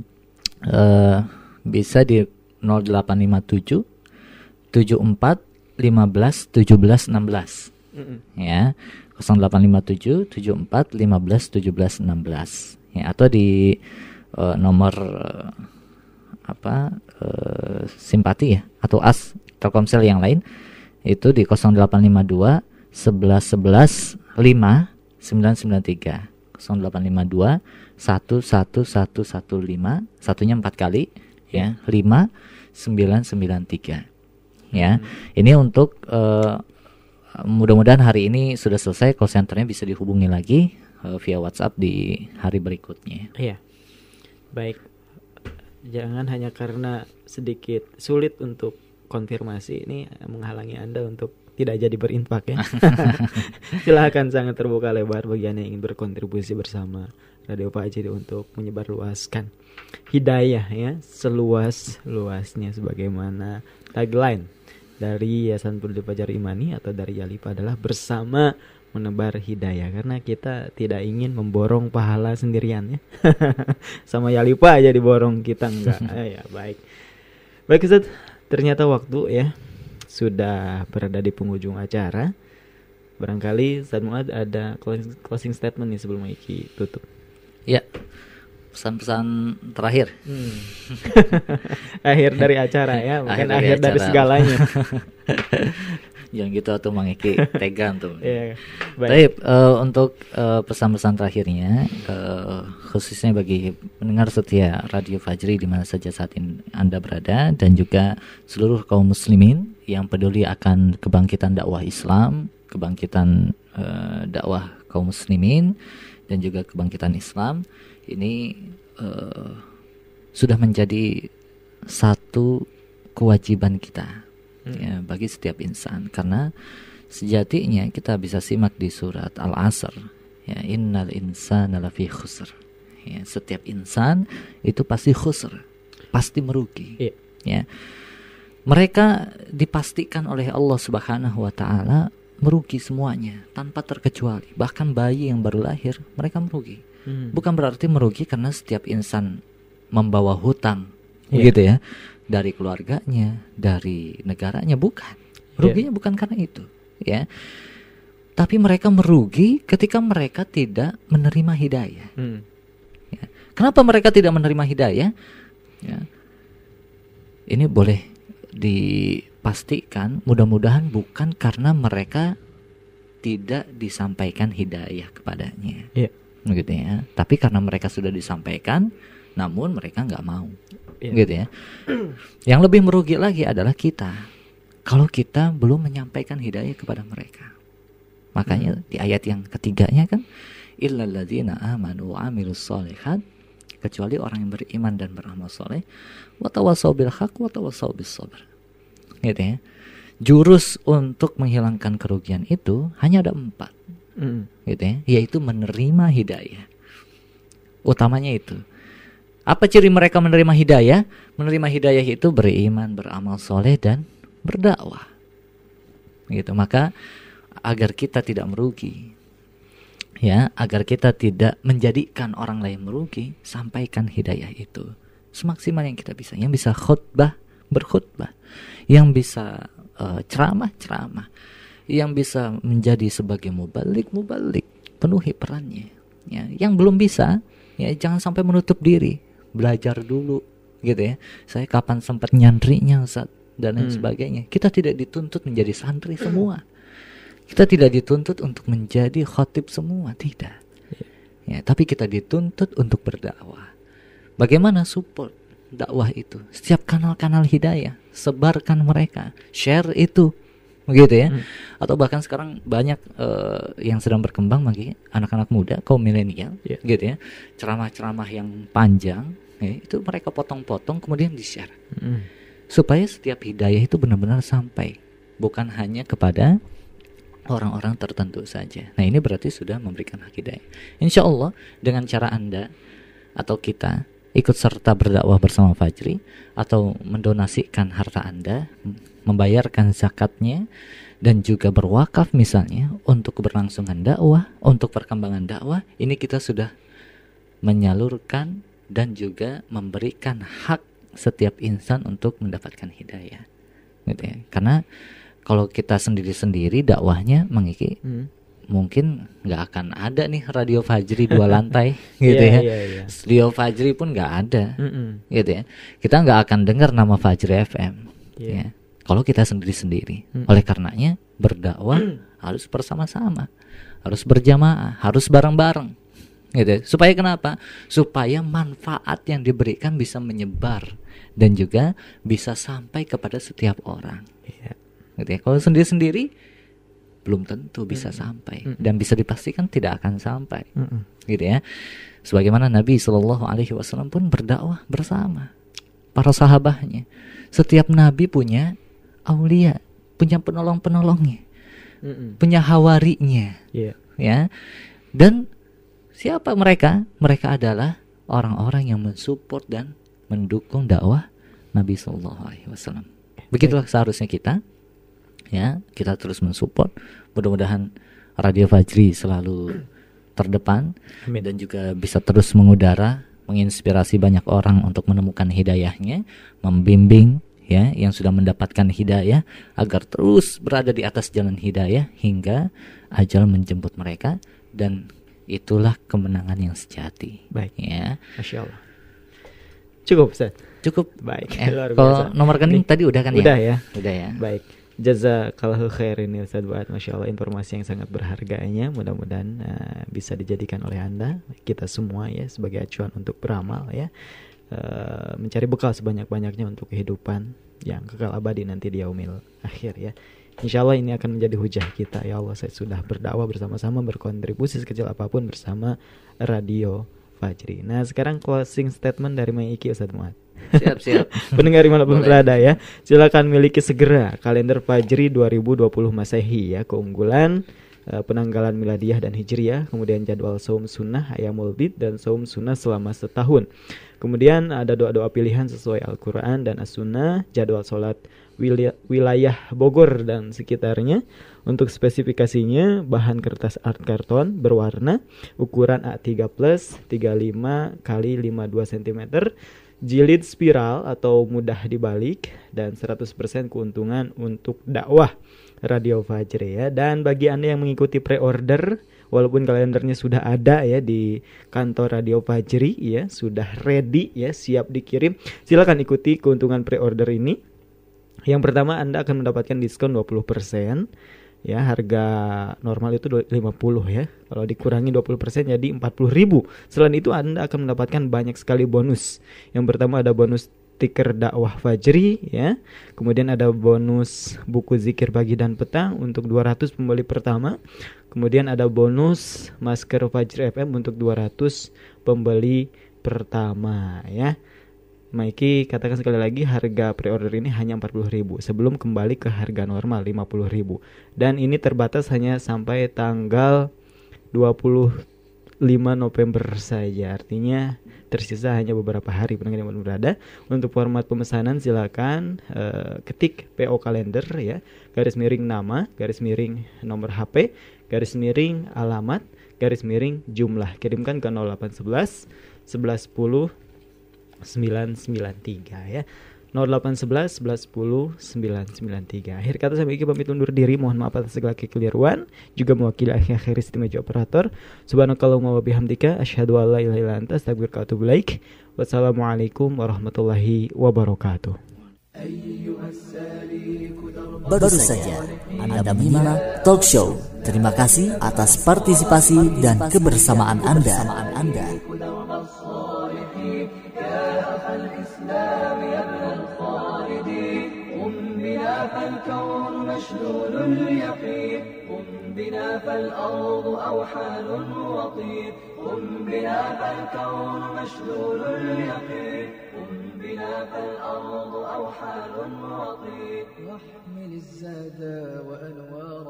S14: Uh, bisa di nol delapan lima tujuh tujuh empat lima belas tujuh belas enam belas. Mm-hmm. Ya, nol delapan lima tujuh tujuh empat lima belas tujuh belas enam belas. Ya, atau di uh, nomor uh, apa uh, simpati ya atau as Telkomsel yang lain itu di nol delapan lima dua sebelas sebelas lima sembilan sembilan tiga nol delapan lima dua satu satu satu satu lima satunya empat kali ya lima sembilan sembilan tiga ya. Hmm. Ini untuk uh, mudah-mudahan hari ini sudah selesai, call centernya bisa dihubungi lagi uh, via WhatsApp di hari berikutnya.
S13: Iya. Baik. Jangan hanya karena sedikit sulit untuk konfirmasi ini menghalangi Anda untuk tidak jadi berinfak ya. Silakan, sangat terbuka lebar bagi Anda yang ingin berkontribusi bersama Radio Fajri untuk menyebarluaskan hidayah ya seluas luasnya, sebagaimana tagline dari Yayasan Peduli Fajar Imani atau dari Yalipa adalah bersama menebar hidayah, karena kita tidak ingin memborong pahala sendirian ya. Sama Yalipa aja diborong, kita enggak. eh, ya baik baik Ustaz, ternyata waktu ya sudah berada di penghujung acara. Barangkali Ustaz Muad ada closing statement nih sebelum Iki tutup.
S14: Ya, pesan-pesan terakhir.
S13: Hmm. Akhir dari acara ya, mungkin akhir, akhir dari, dari segalanya.
S14: Jangan gitu atau Mang Iki tegang tuh.
S13: Yeah,
S14: baik. Uh, untuk uh, pesan-pesan terakhirnya, uh, khususnya bagi pendengar setia Radio Fajri di mana saja saat ini Anda berada, dan juga seluruh kaum muslimin yang peduli akan kebangkitan dakwah Islam, kebangkitan uh, dakwah kaum muslimin, dan juga kebangkitan Islam ini uh, sudah menjadi satu kewajiban kita hmm. ya, bagi setiap insan, karena Sejatinya kita bisa simak di surat Al-Asr, ya, innal insana lafi khusr. Ya, setiap insan itu pasti khusr, pasti merugi.
S13: Yeah.
S14: Ya. Mereka dipastikan oleh Allah Subhanahu wa taala merugi semuanya tanpa terkecuali. Bahkan bayi yang baru lahir mereka merugi. Hmm. Bukan berarti merugi karena setiap insan membawa hutang, yeah. gitu ya, dari keluarganya, dari negaranya, bukan. Ruginya yeah. bukan karena itu, ya. Tapi mereka merugi ketika mereka tidak menerima hidayah. Hmm. Ya. Kenapa mereka tidak menerima hidayah? Ya. Ini boleh dipastikan, mudah-mudahan bukan karena mereka tidak disampaikan hidayah kepadanya, yeah. gitu ya. Tapi karena mereka sudah disampaikan, namun mereka nggak mau, yeah. gitu ya. Yang lebih merugi lagi adalah kita. Kalau kita belum menyampaikan hidayah kepada mereka. Makanya hmm. di ayat yang ketiganya kan, illal ladzina amanu wa amilus sholihat, kecuali orang yang beriman dan beramal soleh, wa tawassaw bil haqq wa tawassaw bis sabr. Gitu ya. Jurus untuk menghilangkan kerugian itu hanya ada empat. Hmm. Gitu ya, yaitu menerima hidayah. Utamanya itu. Apa ciri mereka menerima hidayah? Menerima hidayah itu beriman, beramal soleh dan berdakwah, gitu. Maka agar kita tidak merugi, ya, agar kita tidak menjadikan orang lain merugi, sampaikan hidayah itu semaksimal yang kita bisa. Yang bisa khutbah, berkhutbah, yang bisa uh, ceramah, ceramah, yang bisa menjadi sebagai mubalik, mubalik, penuhi perannya. Ya, yang belum bisa, ya jangan sampai menutup diri, belajar dulu, gitu ya. Saya kapan sempat nyandrinya, Ustaz, dan lain hmm. sebagainya. Kita tidak dituntut menjadi santri semua. Kita tidak dituntut untuk menjadi khatib semua, tidak. Ya, tapi kita dituntut untuk berdakwah. Bagaimana support dakwah itu? Setiap kanal-kanal hidayah, sebarkan mereka, share itu, begitu ya. Hmm. Atau bahkan sekarang banyak uh, yang sedang berkembang bagi anak-anak muda, kaum milenial, yeah. gitu ya. Ceramah-ceramah yang panjang, ya, itu mereka potong-potong kemudian di-share. Hmm. Supaya setiap hidayah itu benar-benar sampai, bukan hanya kepada orang-orang tertentu saja. Nah, ini berarti sudah memberikan hak hidayah. Insya Allah dengan cara Anda atau kita ikut serta berdakwah bersama Fajri, atau mendonasikan harta Anda, membayarkan zakatnya, dan juga berwakaf misalnya untuk keberlangsungan dakwah, untuk perkembangan dakwah, ini kita sudah menyalurkan dan juga memberikan hak setiap insan untuk mendapatkan hidayah, gitu ya. Karena kalau kita sendiri-sendiri dakwahnya mengiki, hmm. mungkin nggak akan ada nih Radio Fajri dua lantai, gitu yeah, ya. Yeah, yeah. Radio Fajri pun nggak ada, mm-mm. gitu ya. Kita nggak akan dengar nama Fajri F M, yeah. ya. Kalau kita sendiri-sendiri, mm. oleh karenanya berdakwah harus bersama-sama, harus berjamaah, harus bareng-bareng, gitu. Supaya kenapa? Supaya manfaat yang diberikan bisa menyebar dan juga bisa sampai kepada setiap orang. Yeah. Gitu ya. Kalau sendiri-sendiri belum tentu bisa mm-hmm. sampai, mm-hmm. dan bisa dipastikan tidak akan sampai, mm-hmm. gitu ya. Sebagaimana Nabi Shallallahu Alaihi Wasallam pun berdakwah bersama para sahabatnya. Setiap nabi punya aulia, punya penolong-penolongnya, mm-hmm. punya hawarinya, yeah. ya. Dan siapa mereka? Mereka adalah orang-orang yang mensupport dan mendukung dakwah Nabi Shallallahu Alaihi Wasallam. Begitulah seharusnya kita. Ya, kita terus mensupport. Mudah-mudahan Radio Fajri selalu terdepan. Amin. Dan juga bisa terus mengudara, menginspirasi banyak orang untuk menemukan hidayahnya, membimbing ya yang sudah mendapatkan hidayah agar terus berada di atas jalan hidayah hingga ajal menjemput mereka, dan itulah kemenangan yang sejati.
S13: Baik.
S14: Ya.
S13: Masya Allah. Cukup, Ustaz.
S14: Cukup.
S13: Baik.
S14: Eh, kalau nomor rekening tadi udah kan ya?
S13: Udah ya.
S14: Udah ya.
S13: Baik. Jazakallahu khair ini Ustaz buat Masya Allah informasi yang sangat berharganya. Mudah-mudahan uh, bisa dijadikan oleh Anda, kita semua ya, sebagai acuan untuk beramal ya, uh, mencari bekal sebanyak-banyaknya untuk kehidupan yang kekal abadi nanti di yaumil akhir ya. Insya Allah ini akan menjadi hujah kita. Ya Allah, saya sudah berdakwah bersama-sama, berkontribusi sekecil apapun bersama Radio Fajri. Nah, sekarang closing statement dari Mang Iki, Ustaz Muad.
S14: Siap, siap.
S13: Pendengar dimanapun berada ya, silakan miliki segera kalender Fajri dua ribu dua puluh Masehi ya. Keunggulan uh, penanggalan miladiah dan hijriah, kemudian jadwal saum sunnah, ayamul bid, dan saum sunnah selama setahun. Kemudian ada doa-doa pilihan sesuai Al-Quran dan As-Sunnah, jadwal sholat wilayah Bogor dan sekitarnya. Untuk spesifikasinya, bahan kertas art karton berwarna, ukuran A tiga plus tiga puluh lima kali lima puluh dua sentimeter, jilid spiral atau mudah dibalik, dan seratus persen keuntungan untuk dakwah Radio Fajri ya. Dan bagi Anda yang mengikuti pre-order, walaupun kalendernya sudah ada ya di kantor Radio Fajri ya, sudah ready ya, siap dikirim, silakan ikuti keuntungan pre-order ini. Yang pertama, Anda akan mendapatkan diskon dua puluh persen ya, harga normal itu lima puluh ya. Kalau dikurangi dua puluh persen jadi empat puluh ribu. Selain itu Anda akan mendapatkan banyak sekali bonus. Yang pertama ada bonus stiker dakwah Fajri ya. Kemudian ada bonus buku zikir pagi dan petang untuk dua ratus pembeli pertama. Kemudian ada bonus masker Fajri F M untuk dua ratus pembeli pertama ya. Maiki katakan sekali lagi, harga pre-order ini hanya empat puluh ribu sebelum kembali ke harga normal lima puluh ribu. Dan ini terbatas hanya sampai tanggal dua puluh lima November saja. Artinya tersisa hanya beberapa hari pendengar yang berada. Untuk format pemesanan silakan uh, ketik P O kalender ya, garis miring nama, garis miring nomor H P, garis miring alamat, garis miring jumlah. Kirimkan ke nol delapan satu satu satu sepuluh sembilan sembilan tiga ya. nol delapan satu satu satu sepuluh sembilan sembilan tiga. Akhir kata saya Iki pamit undur diri. Mohon maaf atas segala kekeliruan, juga mewakili akhir-akhir istimewa operator. Subhanakallahumma wa bihamdika asyhadu an la ilaha illa anta astaghfiruka wa atubu ilaik. Wassalamualaikum warahmatullahi wabarakatuh.
S6: Baru saja Anda menyimak talk show. Terima kasih atas partisipasi dan kebersamaan Anda.
S12: فالكون مشلول اليقين قم بنا فالأرض أوحال وطين قم بنا فالكون مشلول اليقين قم بنا فالأرض أوحال وطين واحمل الزاد وأنوار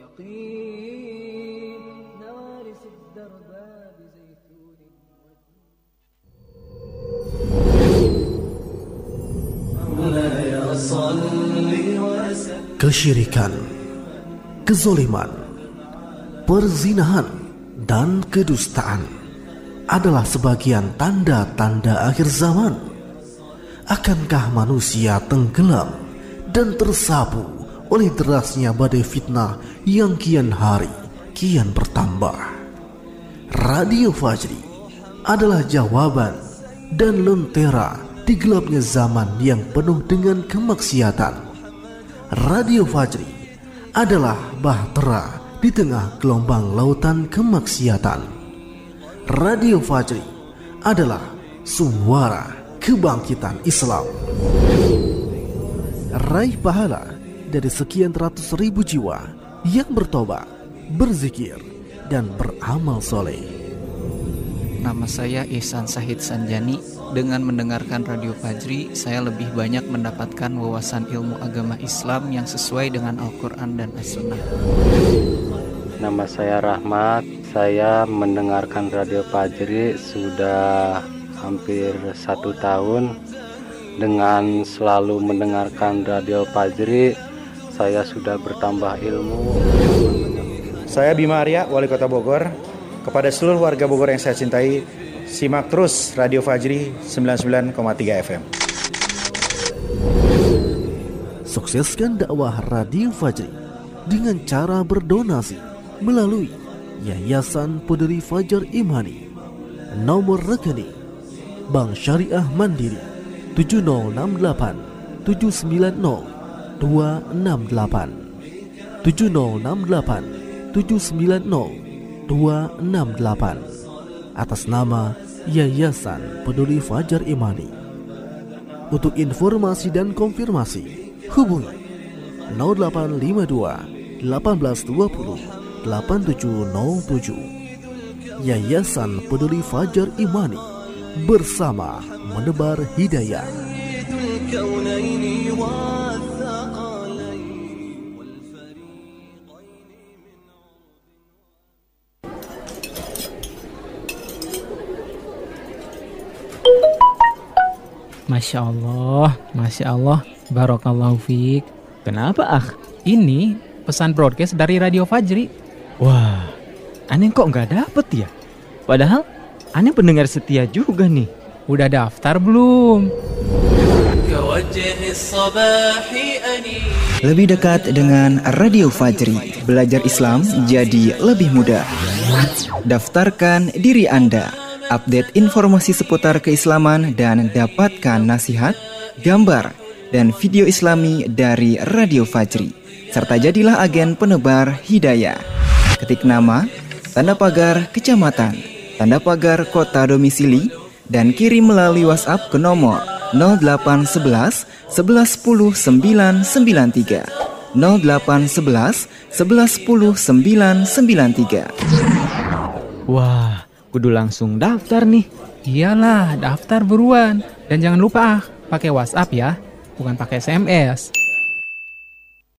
S12: اليقين نوارس الدرب بزيتون مولاي صل
S2: Kesyirikan, kezoliman, perzinahan, dan kedustaan adalah sebagian tanda-tanda akhir zaman. Akankah manusia tenggelam dan tersapu oleh derasnya badai fitnah yang kian hari kian bertambah? Radio Fajri adalah jawaban dan lentera di gelapnya zaman yang penuh dengan kemaksiatan. Radio Fajri adalah bahtera di tengah gelombang lautan kemaksiatan. Radio Fajri adalah suara kebangkitan Islam. Raih pahala dari sekian ratus ribu jiwa yang bertobat, berzikir, dan beramal soleh.
S7: Nama saya Ihsan Sahid Sanjani. Dengan mendengarkan Radio Fajri, saya lebih banyak mendapatkan wawasan ilmu agama Islam yang sesuai dengan Al-Quran dan As-Sunnah.
S15: Nama saya Rahmat. Saya mendengarkan Radio Fajri sudah hampir satu tahun. Dengan selalu mendengarkan Radio Fajri, saya sudah bertambah ilmu.
S16: Saya Bima Arya, Wali Kota Bogor. Kepada seluruh warga Bogor yang saya cintai, simak terus Radio Fajri sembilan puluh sembilan koma tiga F M.
S2: Sukseskan dakwah Radio Fajri dengan cara berdonasi melalui Yayasan Peduli Fajar Imani. Nomor rekening Bank Syariah Mandiri tujuh nol enam delapan tujuh sembilan nol dua enam delapan tujuh nol enam delapan tujuh sembilan nol dua enam delapan atas nama Yayasan Peduli Fajar Imani. Untuk informasi dan konfirmasi hubungi nol delapan lima dua delapan dua nol delapan tujuh nol tujuh Yayasan Peduli Fajar Imani bersama menebar hidayah.
S10: Masya Allah, Masya Allah, Barakallahu fiik.
S13: Kenapa, ah?
S10: Ini pesan broadcast dari Radio Fajri.
S13: Wah, aneh kok nggak dapet ya? Padahal aneh pendengar setia juga nih.
S10: Udah daftar belum?
S17: Lebih dekat dengan Radio Fajri, belajar Islam jadi lebih mudah. Daftarkan diri Anda. Update informasi seputar keislaman dan dapatkan nasihat, gambar, dan video islami dari Radio Fajri. Serta jadilah agen penebar hidayah. Ketik nama, tanda pagar kecamatan, tanda pagar kota domisili, dan kirim melalui WhatsApp ke nomor nol delapan sebelas sebelas sepuluh sembilan sembilan tiga nol delapan sebelas sebelas sepuluh sembilan sembilan tiga.
S13: Wah, kudu langsung daftar nih.
S10: Iyalah, daftar buruan. Dan jangan lupa ah, pakai WhatsApp ya, bukan pakai S M S.